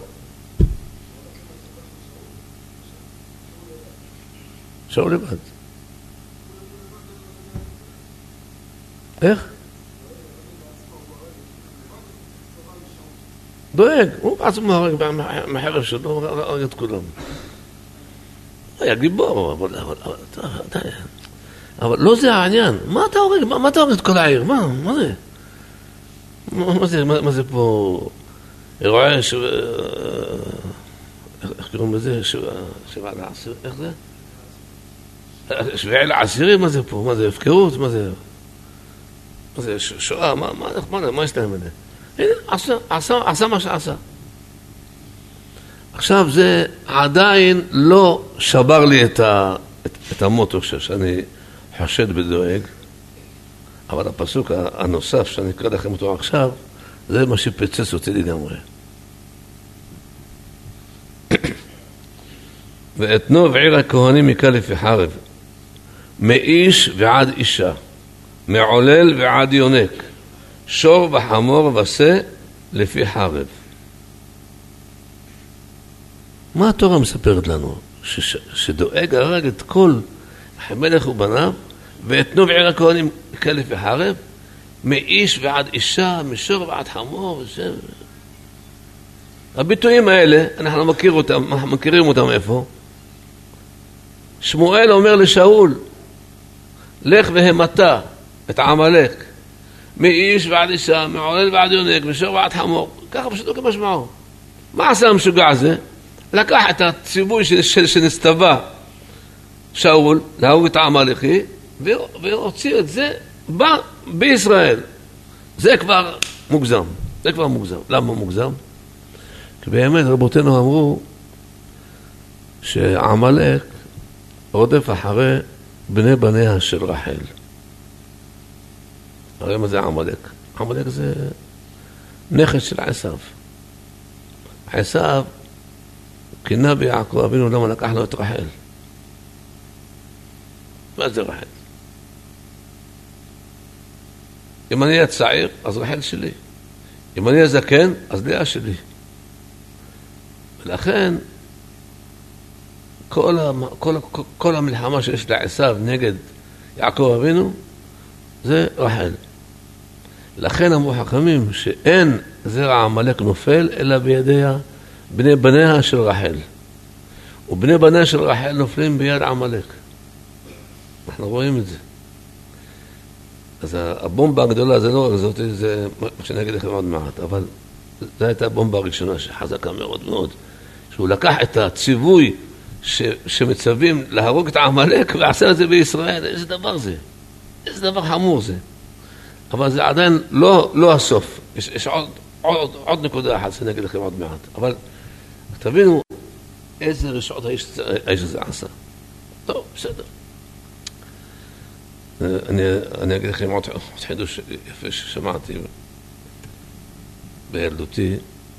שאול לבד. איך? דואג, הוא בעצמו הרג מהחרב שלו, הרג את כולם. היה גיבור, אבל לא זה העניין. מה אתה הורג? מה אתה הורג את כל העיר? מה זה? מה זה פה? אירועי איך קוראים לזה? שבעה לעשיר, איך זה? שביעי לעשירי, מה זה פה? מה זה? הפקרות? מה זה? שואה? מה יש להם את זה? הנה, עשה מה שעשה. עכשיו זה עדיין לא שבר לי את המוטו שאני חושד בדואג, אבל הפסוק הנוסף שאני אקרא לכם אותו עכשיו, זה מה שפצץ אותי לגמרי. ואתנו ועיר הכהנים מכה לפי חרב, מאיש ועד אישה, מעולל ועד יונק, שור וחמור ושה לפי חרב. מה התורה מספרת לנו? שדואג הרג את כל המלך ובניו, ואתנו ועיר הכהנים מכה לפי חרב, מאיש ועד אישה, משור ועד חמור. הביטויים האלה, אנחנו מכירים אותם איפה? שמואל אומר לשאול, לך והמתה את עמלק, מאיש ועד אישה, מעולל ועד יונק, משור ועד חמור. ככה פשוט כמשמעו. מה עשה המשוגע הזה? לקח את הציווי שנסתווה שאול, להרוג את העמלקי, והוציא את זה בישראל. זה כבר מוגזם. למה מוגזם? כי באמת רבותינו אמרו שעמלק רודף אחרי בני בניה של רחל. הרי מה זה עמלק? עמלק זה נכד של עשיו. עשיו קינא ביעקב אבינו למה לקח לו את רחל. מה זה רחל? אם אני צעיר, אז רחל שלי. אם אני זקן, אז לאה שלי. ולכן כל המלחמה שיש לעשיו נגד יעקב אבינו זה רחל. לכן אמרו חכמים שאין זרע עמלק נופל אלא בידי בני בניה של רחל. ובני בניה של רחל נופלים ביד עמלק. אנחנו רואים את זה. אז הבומבה הגדולה זה לא רק זאת, זה מה שאני אגיד לכם עוד מעט, אבל זו הייתה הבומבה הראשונה שחזקה מאוד מאוד, שהוא לקח את הציווי שמצווים להרוג את עמלק ועשה את זה בישראל. איזה דבר זה? איזה דבר חמור זה? אבל זה עדיין לא הסוף. יש עוד נקודה אחת שאני אגיד לכם עוד מעט, אבל תבינו איזה רשעות האיש הזה עשה. טוב, בסדר. אני אגיד לכם עוד חידוש יפה ששמעתי בילדותי.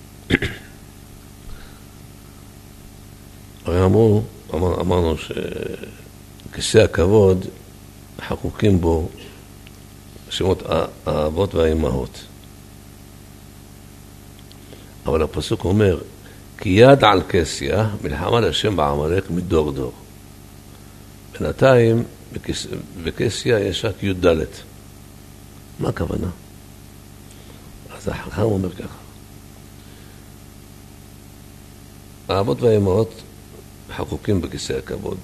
הרי אמרנו שכיסא הכבוד חקוקים בו שמות האבות והאימהות. אבל הפסוק אומר, כי יד על כסיה מלחמה להשם בעמלק מדור דור. בינתיים בכסיה יש רק י' ד'. מה הכוונה? אז החכם אומר ככה. האבות והאימהות חקוקים בכיסא הכבוד.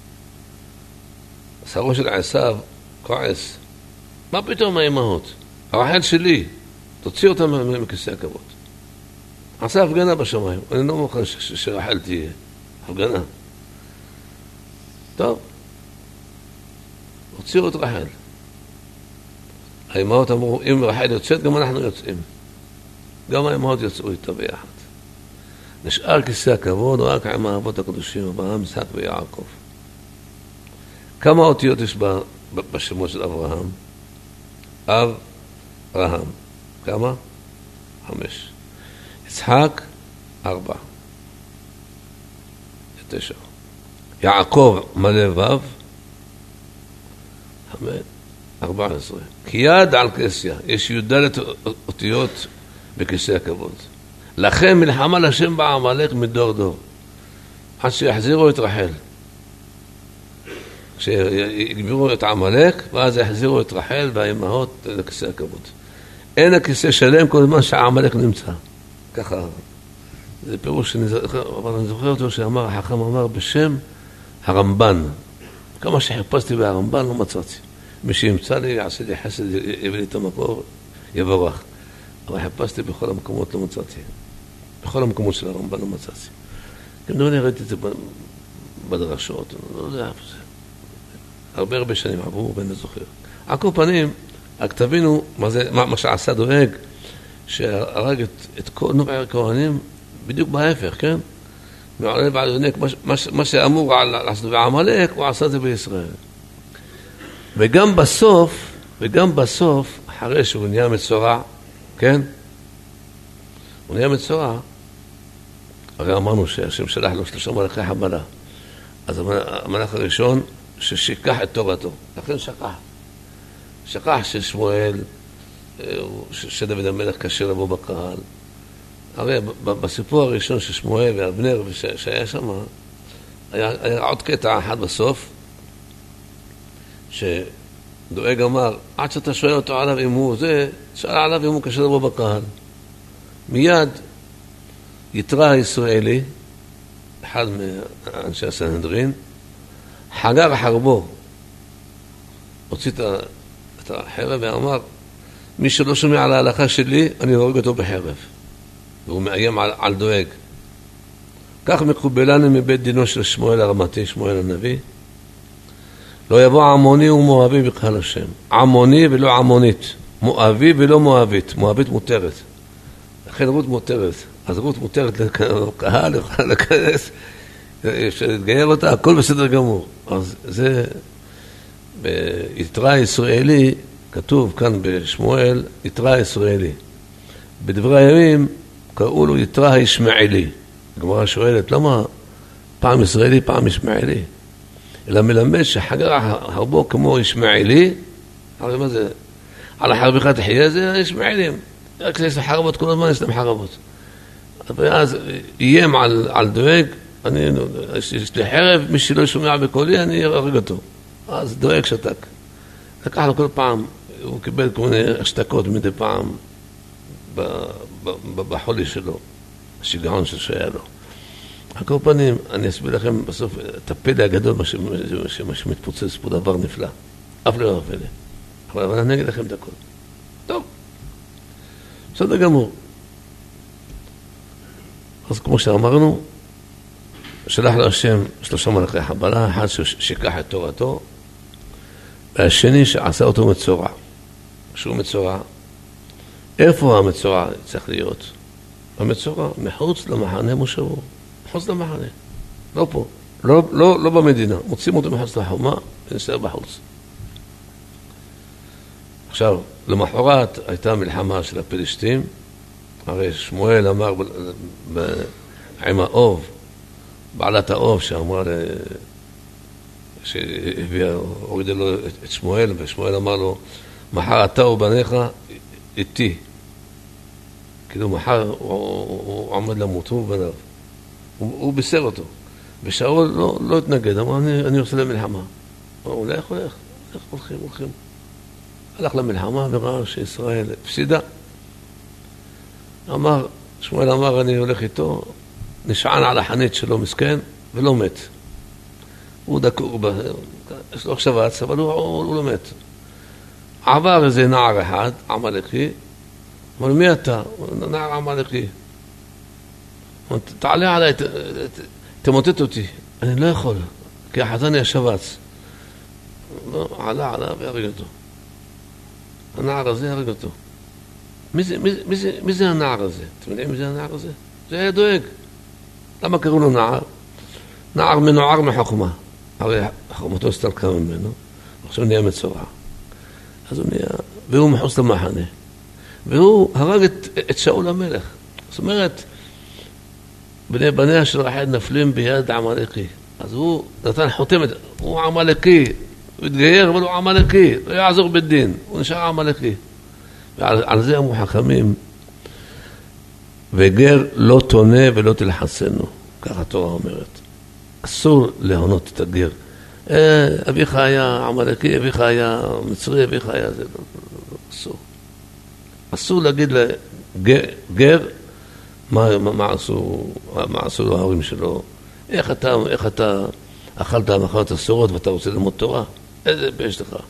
שרו של עשיו כועס. מה פתאום האימהות? הרחל שלי, תוציא אותה מכיסא הכבוד. עשה הפגנה בשמיים. אני לא מוכן שרחל תהיה הפגנה. טוב. הוציאו את רחל. האימהות אמרו, אם רחל יוצאת, גם אנחנו יוצאים. גם האימהות יצאו איתה ביחד. נשאר כיסא הכבוד רק עם האבות הקדושים, אברהם, יצחק ויעקב. כמה אותיות יש בשמות של אברהם? אברהם. כמה? 5. יצחק 4. 9. יעקב מלא ו' 14. כי יד על כסיה, יש י' אותיות בכיסא הכבוד. לכן מלחמה להשם בעמלק מדור דור. עד שיחזירו את רחל. שיגבירו את עמלק, ואז יחזירו את רחל והאימהות לכיסא הכבוד. אין הכיסא שלם כל זמן שהעמלק נמצא. ככה, זה פירוש אבל אני זוכר אותו שאמר, החכם אמר בשם הרמב"ן. כמה שחיפשתי בהרמב"ן לא מצאתי. מי שימצא לי, יעשה לי חסד, יביא לי את המקור, יבורך. אבל חיפשתי בכל המקומות לא מצאתי. בכל המקומות של הרמב"ן לא מצאתי. גם אני ראיתי את זה בדרשות, לא יודע איפה זה. הרבה שנים עברו ואני זוכר. על כל פנים, רק תבינו מה שעשה דואג, שהרג את כל נובעי הכהנים, בדיוק בהפך, כן? מעולה ועד יונק, מה שאמור לעשות בעמלק, הוא עשה את זה בישראל. וגם בסוף, אחרי שהוא נהיה מצורע, כן? הוא נהיה מצורע, הרי אמרנו שהשם שלח לו 3 מלאכי חבלה. אז המלאך הראשון ששיקח את תורתו, לכן שכח ששמואל, שדוד המלך קשה לבוא בקהל. הרי בסיפור הראשון של שמואל ואבנר שהיה שם, היה עוד קטע אחד בסוף, שדואג אמר, עד שאתה שואל אותו עליו אם הוא זה, שאל עליו אם הוא קשה לבוא בקהל. מיד יתרא הישראלי, אחד מאנשי הסנהדרין, חגר חרבו, הוציא את החרב ואמר, מי שלא שומע על ההלכה שלי, אני הורג אותו בחרב. והוא מאיים על דואג. כך מקובלנו מבית דינו של שמואל הרמתי, שמואל הנביא. לא יבוא עמוני ומואבי בקהל השם. עמוני ולא עמונית. מואבי ולא מואבית. מואבית מותרת. לכן רות מותרת. אז רות מותרת לקהל, יכולה להיכנס, אפשר להתגייר אותה, הכל בסדר גמור. אז זה, ביתרא הישראלי, כתוב כאן בשמואל, יתרא הישראלי. בדברי הימים קראו לו יתרא הישמעאלי. הגמרא שואלת, למה פעם ישראלי, פעם ישמעאלי? אלא מלמד שחגר הרבו כמו ישמעאלי, הרי מה זה? על החרבך תחיה זה ישמעאלים. רק שיש לחרבות, כל הזמן יש להם חרבות. אז איים על דואג, יש לי חרב, מי שלא שומע בקולי, אני ארג אותו. אז דואג שתק. לקח לו כל פעם, הוא קיבל כל מיני השתקות מדי פעם בחולי שלו, השיגעון שהיה לו. על כל פנים, אני אסביר לכם בסוף את הפלא הגדול, מה שמתפוצץ פה דבר נפלא. אף לא הפלא. אבל אני אגיד לכם את הכל. טוב. בסדר גמור. אז כמו שאמרנו, שלח לו השם 3 מלאכי חבלה, אחד ששיקח את תורתו, והשני שעשה אותו מצורע. שהוא מצורע. איפה המצורע צריך להיות? המצורע מחוץ למחנה מושבו. מחוץ למחנה. לא פה. לא במדינה. מוצאים אותו מחוץ לחומה ונשאר בחוץ. עכשיו, למחרת הייתה מלחמה של הפלישתים. הרי שמואל אמר עם האוב, בעלת האוב שאמרה, שהורידה לו את שמואל, ושמואל אמר לו, מחר אתה ובניך איתי. כאילו מחר הוא עמד למות, הוא ובניו. הוא בישר אותו. ושאול לא התנגד, אמר, אני עושה למלחמה. הוא הולך, הולכים. הלך למלחמה וראה שישראל הפסידה. שמואל אמר, אני הולך איתו, נשען על החנית שלו מסכן, ולא מת. הוא דקור, יש לו שבץ, אבל הוא לא מת. עבר איזה נער אחד, עמלקי, אמר, מי אתה? נער עמלקי. תעלה עליי, תמוטט אותי. אני לא יכול, כי החזני השבץ. עלה והרג אותו. הנער הזה הרג אותו. מי זה הנער הזה? אתם יודעים מי זה הנער הזה? זה היה דואג. למה קראו לו נער? נער מנוער מחוכמה. הרי חוכמתו הסתלקה ממנו, עכשיו נהיה מצורע. אז הוא נהיה, והוא מחוץ למחנה. והוא הרג את שאול המלך. זאת אומרת, בניה של רחל נפלים ביד עמלקי. אז הוא נתן חותמת, הוא עמלקי, הוא התגייר, אבל הוא עמלקי, לא יעזור בדין, הוא נשאר עמלקי. ועל זה אמרו חכמים, וגר לא תונה ולא תלחסנו, ככה התורה אומרת. אסור להונות את הגר. אביך היה עמלקי, אביך היה מצרי, אביך היה זה, אסור. אסור להגיד לגר, מה עשו לו ההורים שלו? איך אתה אכלת מאכלות אסורות ואתה רוצה ללמוד תורה? איזה יש לך?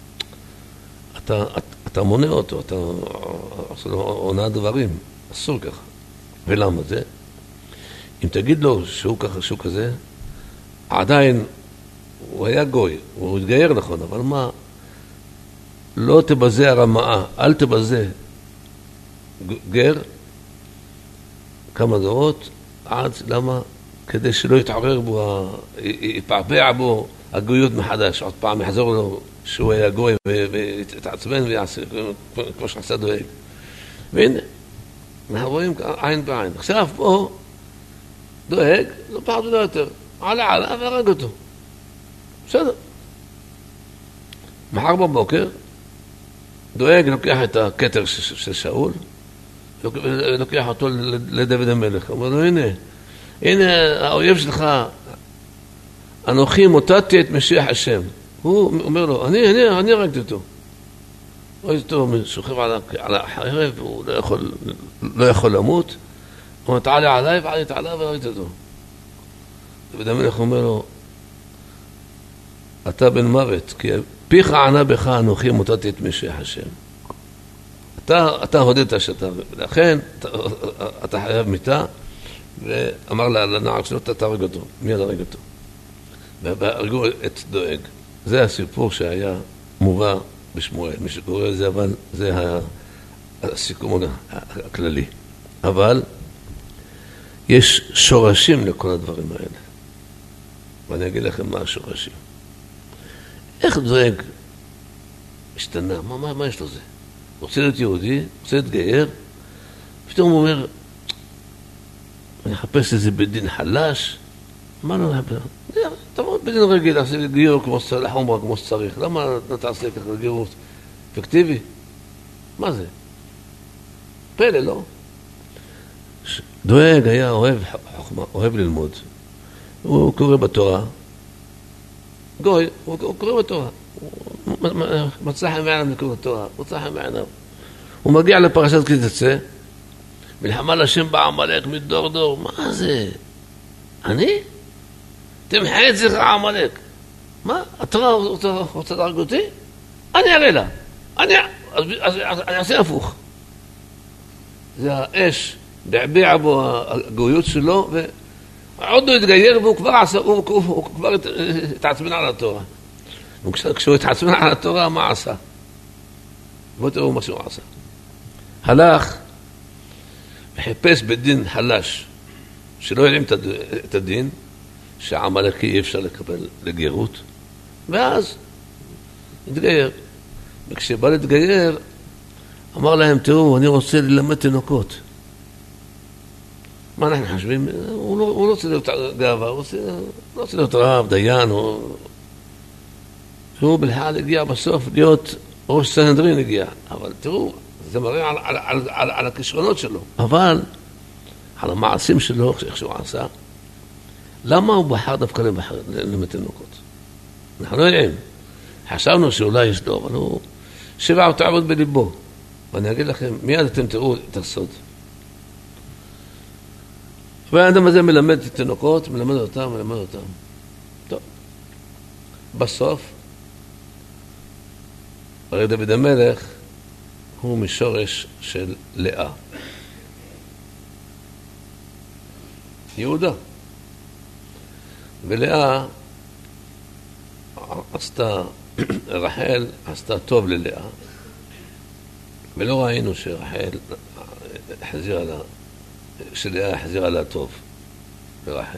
אתה מונע אותו, אתה עושה לו עונה דברים, אסור ככה. ולמה זה? אם תגיד לו שהוא ככה, שהוא כזה, עדיין הוא היה גוי, הוא התגייר נכון, אבל מה? לא תבזה הרמאה, אל תבזה גר כמה דורות, עד למה? כדי שלא יתעורר בו, יפעפע בו הגויות מחדש, עוד פעם יחזור לו שהוא היה גוי ויתעצבן ויעשה כמו שעשה דואג. והנה, אנחנו רואים עין בעין. עכשיו פה דואג, לא פחד ולא יותר, עלה והרג אותו. בסדר. מחר בבוקר דואג לוקח את הכתר של שאול, ולוקח אותו לדוד המלך. אומר לו, הנה האויב שלך, אנוכי מוטטתי את משיח השם. הוא אומר לו, אני הרגתי אותו. אוי טוב, שוכב על החרב, הוא לא יכול למות. הוא אומר, תעלה עליי, ועלית עליו והרגתי אותו. דוד המלך אומר לו, אתה בן מוות, כי פיך ענה בך אנוכי מוטטתי את משיח השם. אתה הודית שאתה, ולכן אתה חייב מיתה, ואמר לנער שלו, אתה תהרג אותו. מיד הרג אותו. והרגו את דואג. זה הסיפור שהיה מובא בשמואל. מי שקורא את זה, אבל זה הסיכום הכללי. אבל יש שורשים לכל הדברים האלה. ואני אגיד לכם מה השורשים. איך דואג השתנה? מה יש לו זה? רוצה להיות יהודי, רוצה להתגייר, פתאום הוא אומר, אני אחפש איזה בדין חלש, מה לא לחפש? תבוא בדין רגיל, תעשה גיור כמו שצריך, כמו שצריך, למה תעשה ככה גיור אפקטיבי? מה זה? פלא, לא? דואג היה אוהב חוכמה, אוהב ללמוד, הוא קורא בתורה, גוי, הוא קורא בתורה, מצלח עם העינם לקרוא בתורה, מצלח עם העינם. הוא מגיע לפרשת כי תצא, מלחמה לשם בעמלק מדור דור. מה זה? אני? תמחה את זכר העמלק. מה? התורה רוצה להרג אותי? אני אראה לה. אני אעשה הפוך. זה האש, בעביע בו הגאויות שלו, ועוד לא התגייר, והוא כבר התעצבן על התורה. וכשהוא התעצבן על התורה, מה עשה? בואו תראו מה שהוא עשה. הלך וחיפש בדין חלש, שלא יודעים את הדין, שהעמלקי אי אפשר לקבל לגירות, ואז התגייר. וכשבא להתגייר, אמר להם, תראו, אני רוצה ללמד תינוקות. מה אנחנו חושבים? הוא לא רוצה להיות גאווה, הוא לא רוצה להיות רב, דיין, הוא בלחל הגיע בסוף להיות ראש סנהדרין הגיע. אבל תראו, זה מראה על הכישרונות שלו. אבל על המעשים שלו, איך שהוא עשה, למה הוא בחר דווקא ללמד תינוקות? אנחנו לא יודעים. חשבנו שאולי יש לו, אבל הוא שבע ותעבוד בליבו. ואני אגיד לכם, מיד אתם תראו את הסוד. והאדם הזה מלמד את התינוקות, מלמד אותם. טוב. בסוף, הרי דוד המלך הוא משורש של לאה. יהודה. ולאה רחל עשתה טוב ללאה. ולא ראינו שרחל שלאה החזירה לה טוב לרחל.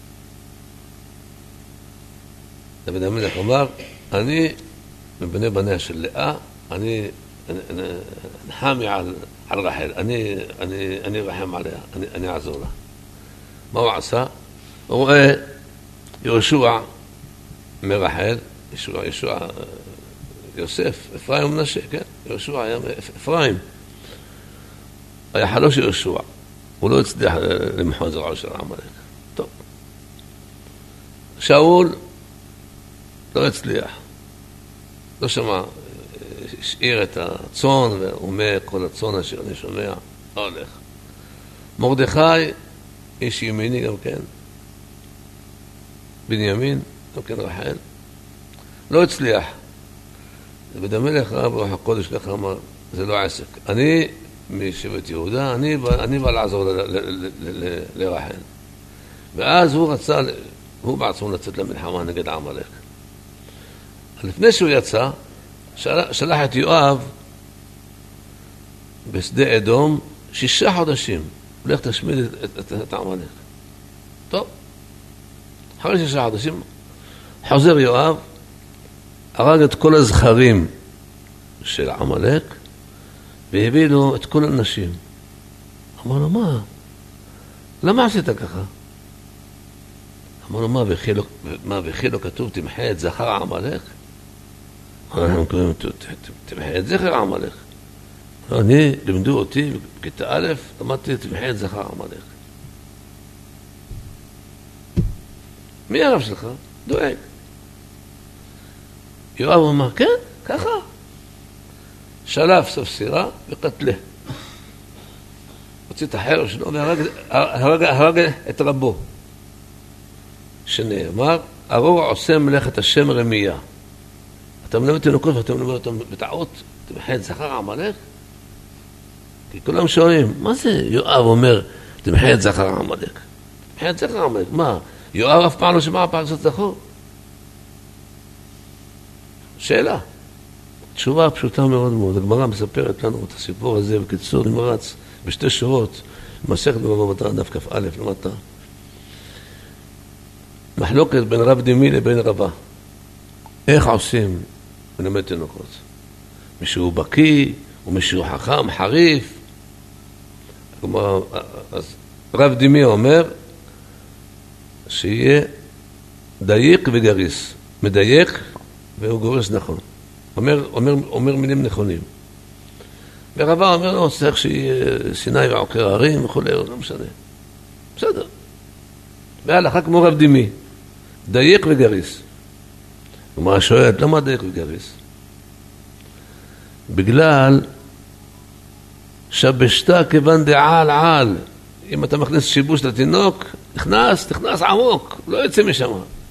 דוד המלך אמר, אני מבני בניה של לאה, אני נחמי על רחל, אני רחם עליה, אני אעזור לה. מה הוא עשה? הוא רואה יהושע מרחל, יוסף, אפרים ומנשה, כן? יהושע היה אפרים. היה חלוש יהושע. הוא לא הצליח למחוז זרעו של העמלק. טוב. שאול לא הצליח. לא שמע, השאיר את הצאן, ואומר כל הצאן אשר אני שומע, לא הולך. מרדכי, איש ימיני גם כן, בנימין, גם כן רחל, לא הצליח. דוד המלך ראה ברוח הקודש, ככה אמר, זה לא עסק. אני משבט יהודה, אני בא לעזור לרחל. ואז הוא רצה, הוא בעצמו לצאת למלחמה נגד עמלק. לפני שהוא יצא, שלח את יואב בשדה אדום 6 חודשים. הולך תשמיד את עמלק. טוב, אחרי 6 חודשים, חוזר יואב, הרג את כל הזכרים של עמלק, והביא לו את כל הנשים. אמר לו, למה עשית ככה? אמר לו, מה וכי לא כתוב, תמחה את זכר עמלק? אנחנו קוראים, תמחה את זכר עמלק. אני, לימדו אותי, בכיתה א', למדתי, תמחה את זכר עמלק. מי הרב שלך? דואג. יואב אמר, כן, ככה. שלף ספסירה וקטלה. הוציא את החרב שלו והרג את רבו. שנאמר, ארור עושה מלאכת השם רמיה. אתה מלמד תינוקות ואתה מלמד אותם בטעות, תמחה את זכר עמלק? כי כולם שואלים, מה זה יואב אומר, תמחה את זכר עמלק? תמחה את זכר עמלק, מה? יואב אף פעם לא שמע פרשת זכור? שאלה. תשובה פשוטה מאוד מאוד. הגמרא מספרת לנו את הסיפור הזה בקיצור נמרץ בשתי שורות, מסכת בבא בתרא דף כ"א למטה. מחלוקת בין רב דימי לבין רבה. איך עושים מלמד תינוקות? מישהו בקי ומישהו חכם, חריף. אז רב דימי אומר שיהיה דייק וגריס. מדייק והוא גורס נכון. אומר מילים נכונים. ורבה אומר לו, צריך שיהיה סיני ועוקר הרים וכו', לא משנה. בסדר. והלכה כמו רב דימי. דייק וגריס. ומה שואלת, למה דייק וגריס? בגלל שבשתה כיוון דעל על. אם אתה מכניס שיבוש לתינוק, תכנס עמוק, לא יוצא משם.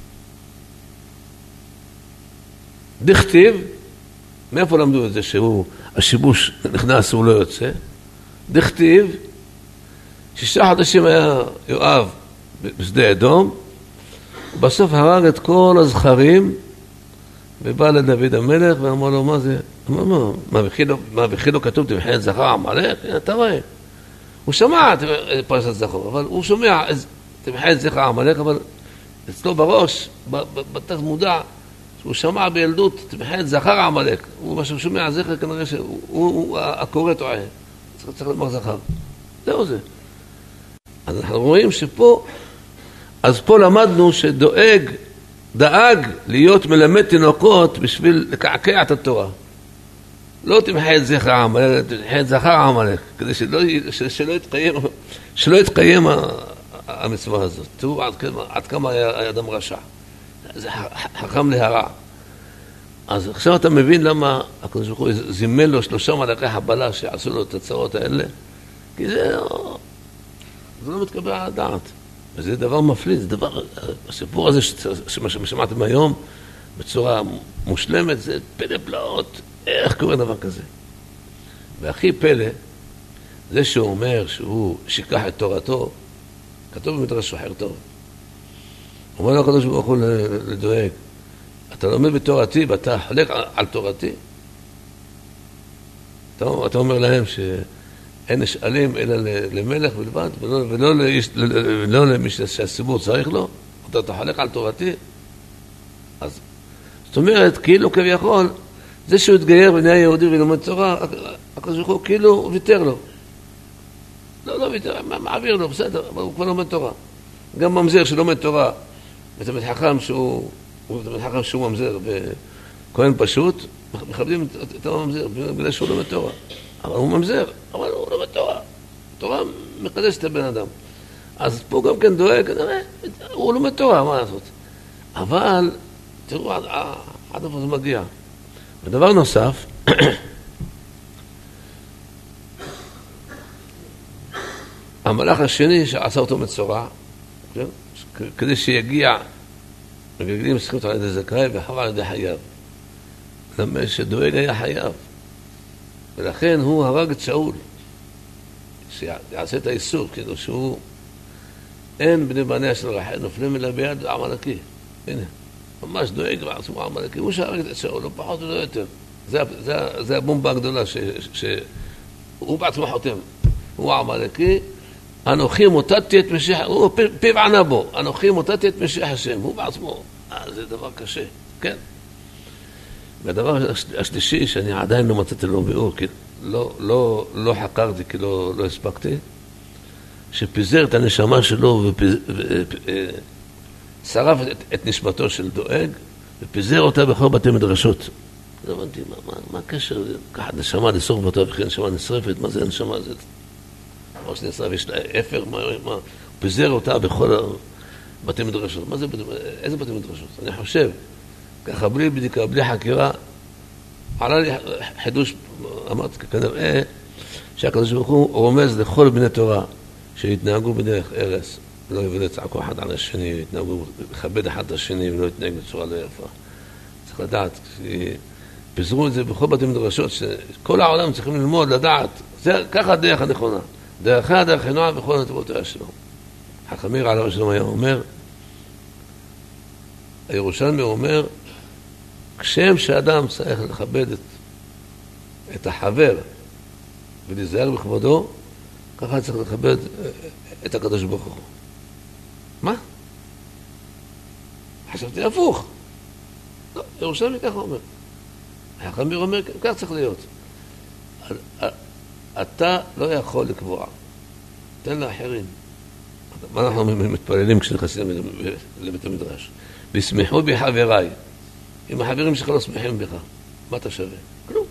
דכתיב, מאיפה למדו את זה שהשיבוש נכנס והוא לא יוצא? דכתיב, 6 חודשים היה יואב בשדה אדום, בסוף הרג את כל הזכרים, ובא לדוד המלך ואמר לו, מה זה? אמר, מה וכי לא כתוב, תמחה את זכר עמלק? אתה רואה. הוא שמע את פרשת זכור, אבל הוא שומע, תמחה את זכר עמלק, אבל אצלו בראש, בתת מודע, הוא שמע בילדות, תמחה את זכר עמלק. מה שהוא שומע זכר, כנראה שהוא הקורא טועה. צריך לומר זכר. זהו זה. אז אנחנו רואים שפה, אז פה למדנו דאג להיות מלמד תינוקות בשביל לקעקע את התורה. לא תמחה את זכר עמלק, תמחה את זכר עמלק, כדי שלא יתקיים המצווה הזאת. תראו עד כמה היה אדם רשע. זה חכם להרע. אז עכשיו אתה מבין למה הקדוש ברוך הוא זימן לו 3 מלאכי חבלה שעשו לו את הצרות האלה? כי זה לא מתקבל על הדעת. וזה דבר מפליא, זה דבר, הסיפור הזה ששמעתם היום בצורה מושלמת, זה פלא פלאות, איך קורה דבר כזה? והכי פלא, זה שהוא אומר שהוא שיקח את תורתו, כתוב במדרש שוחר טוב. אומר לו הקדוש ברוך הוא לדואג, אתה לומד בתורתי ואתה חולק על תורתי? אתה אומר להם שאין נשאלים אלא למלך בלבד, ולא למי שהציבור צריך לו, אתה חולק על תורתי? אז זאת אומרת, כאילו כביכול, זה שהוא התגייר ונהיה יהודי ולומד תורה, הקדוש ברוך הוא כאילו ויתר לו. לא ויתר, מעביר לו, בסדר, אבל הוא כבר לומד תורה. גם ממזר שלומד תורה, ותלמיד חכם שהוא ממזר וכהן פשוט, מכבדים את הממזר בגלל שהוא לומד תורה. אבל הוא ממזר, אבל הוא לומד תורה. תורה מקדשת את הבן אדם. אז פה גם כן דואג, הוא לומד תורה, מה לעשות? אבל, תראו עד איפה זה מגיע. ודבר נוסף, המלאך השני שעשה אותו מצורע, כן? כדי שיגיע, מגלגלים זכות על ידי זכאי וחבל על ידי חייב. למה שדואג היה חייב. ולכן הוא הרג את שאול, שיעשה את האיסור, כאילו שהוא, אין בני בניה של רחל נופלים אלא ביד עמלקי. הנה, ממש דואג בעצמו עמלקי. הוא שהרג את שאול, לא פחות ולא יותר. זה הבומבה הגדולה שהוא בעצמו חותם. הוא עמלקי, אנוכי מוטטתי את משיח, הוא פיו ענה בו, אנוכי מוטטתי את משיח השם, הוא בעצמו. זה דבר קשה, כן. והדבר השלישי שאני עדיין לא מצאתי לו ביאור, כי לא חקרתי, כי לא הספקתי, שפיזר את הנשמה שלו ושרף את נשמתו של דואג, ופיזר אותה בכל בתי מדרשות. לא הבנתי, מה הקשר? ככה נשמה לשרוף אותה וכן נשמה נשרפת, מה זה הנשמה הזאת? או שנשרף, יש לה אפר, הוא פיזר אותה בכל בתי מדרשות. מה זה, איזה בתי מדרשות? אני חושב, ככה בלי בדיקה, בלי חקירה, עלה לי חידוש, אמרתי כנראה, שהקדוש ברוך הוא רומז לכל בני תורה שהתנהגו בדרך ארץ, לא יצעקו אחד על השני, התנהגו, לכבד אחד את השני ולא יתנהג בצורה לא יפה. צריך לדעת, פיזרו את זה בכל בתי מדרשות, שכל העולם צריכים ללמוד, לדעת, ככה הדרך הנכונה. דרכי הדרך הנועה בכל נתיבותיה שלו. חכמיר עליו השלום היה אומר, הירושלמי אומר, כשם שאדם צריך לכבד את החבר ולהיזהר בכבודו, ככה צריך לכבד את הקדוש ברוך הוא. מה? חשבתי הפוך. לא, ירושלמי ככה אומר. החכמיר אומר, כך צריך להיות. אתה לא יכול לקבוע. תן לאחרים. מה אנחנו מתפללים כשנכנסים לבית המדרש? וישמחו בי חבריי. אם החברים שלך לא שמחים בך, מה אתה שווה? כלום.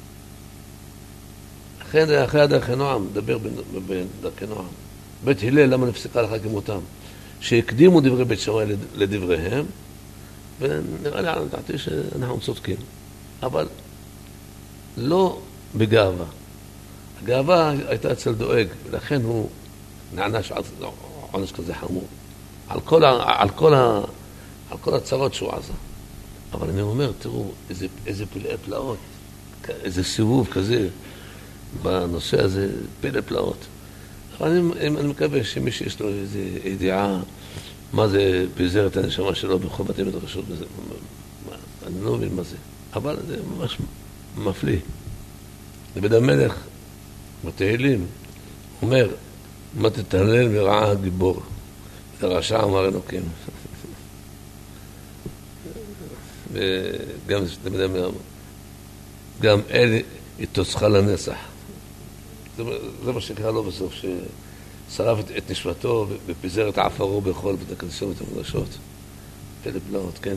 לכן זה אחרי הדרכי נועם, דבר בין דרכי נועם. בית הלל, למה נפסקה לך כמותם? שהקדימו דברי בית שמאי לדבריהם, ונראה לי על דעתי שאנחנו צודקים. אבל לא בגאווה. הגאווה הייתה אצל דואג, ולכן הוא נענש עונש כזה חמור. על כל הצרות שהוא עשה. אבל אני אומר, תראו, איזה פלאי פלאות, איזה סיבוב כזה בנושא הזה, פלאי פלאות. אבל אני מקווה שמי שיש לו איזו ידיעה מה זה פיזר את הנשמה שלו בכל בתי מדרשות, אני לא מבין מה זה, אבל זה ממש מפליא. דוד המלך בתהילים אומר, מה תתהלל ורעה גיבור, ורשע אמר אלוקים. וגם גם אל יתוצך לנצח. זה מה שקרה לו בסוף, ששרף את נשמתו ופיזר את עפרו בכל בית הקדושות המדרשות. פלא פלאות, כן.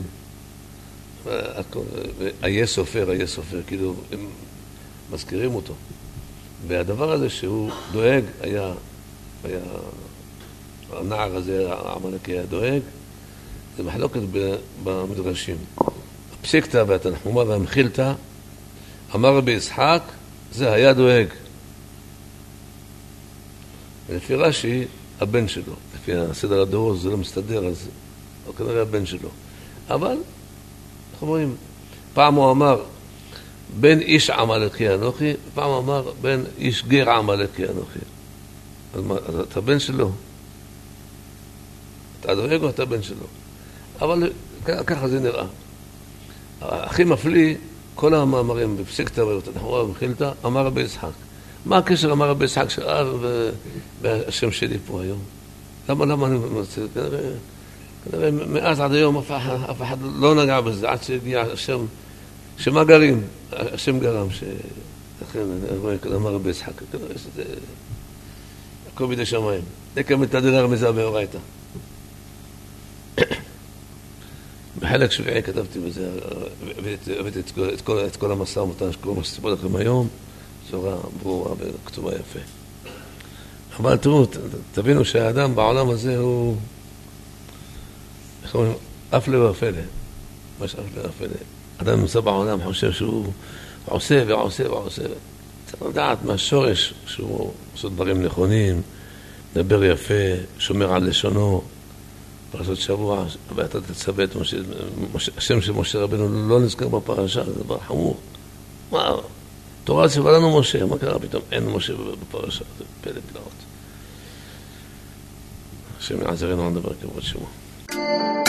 היה סופר, כאילו הם מזכירים אותו. והדבר הזה שהוא דואג, היה הנער הזה, העמלקי היה דואג, זה מחלוקת במדרשים. הפסיקתא והתנחומה והמחילתא, אמר רבי יצחק, זה היה דואג. ולפי רש"י, הבן שלו. לפי הסדר הדור זה לא מסתדר, אז הוא כנראה הבן שלו. אבל, איך אומרים? פעם הוא אמר, בן איש עמלקי אנוכי, פעם אמר, בן איש גר עמלקי אנוכי. אז אתה בן שלו. אתה דואג או אתה בן שלו. אבל ככה זה נראה. הכי מפליא, כל המאמרים בפסיקתא והתנחומה ומחילתא, אמר רבי יצחק. מה הקשר אמר רבי יצחק והשם שלי פה היום? למה אני מוצא? כנראה מאז עד היום אף אחד לא נגע בזה, עד שהגיע השם, שמה גרים? השם גרם, לכן אמר רבי יצחק, כנראה שזה הכל בידי שמיים. דקה מתעדל הרמיזה באורייתא. בחלק שביעי כתבתי בזה, הבאתי את כל המסע ומתן שקוראים מה שסיפור לכם היום, בצורה ברורה וכתובה יפה. אבל תראו, תבינו שהאדם בעולם הזה הוא, איך אומרים, אף לב הפלא. מה שאף לב הפלא. אדם נמצא בעולם, חושב שהוא עושה ועושה ועושה. צריך לדעת מהשורש שהוא עושה דברים נכונים, דבר יפה, שומר על לשונו, פרשת שבוע, ואתה תצווה את השם של משה רבנו לא נזכר בפרשה, זה דבר חמור. מה? תורה ציווה לנו משה, מה קרה פתאום? אין משה בפרשה, זה פלא פלאות. השם יעזרנו לדבר כבוד שמו.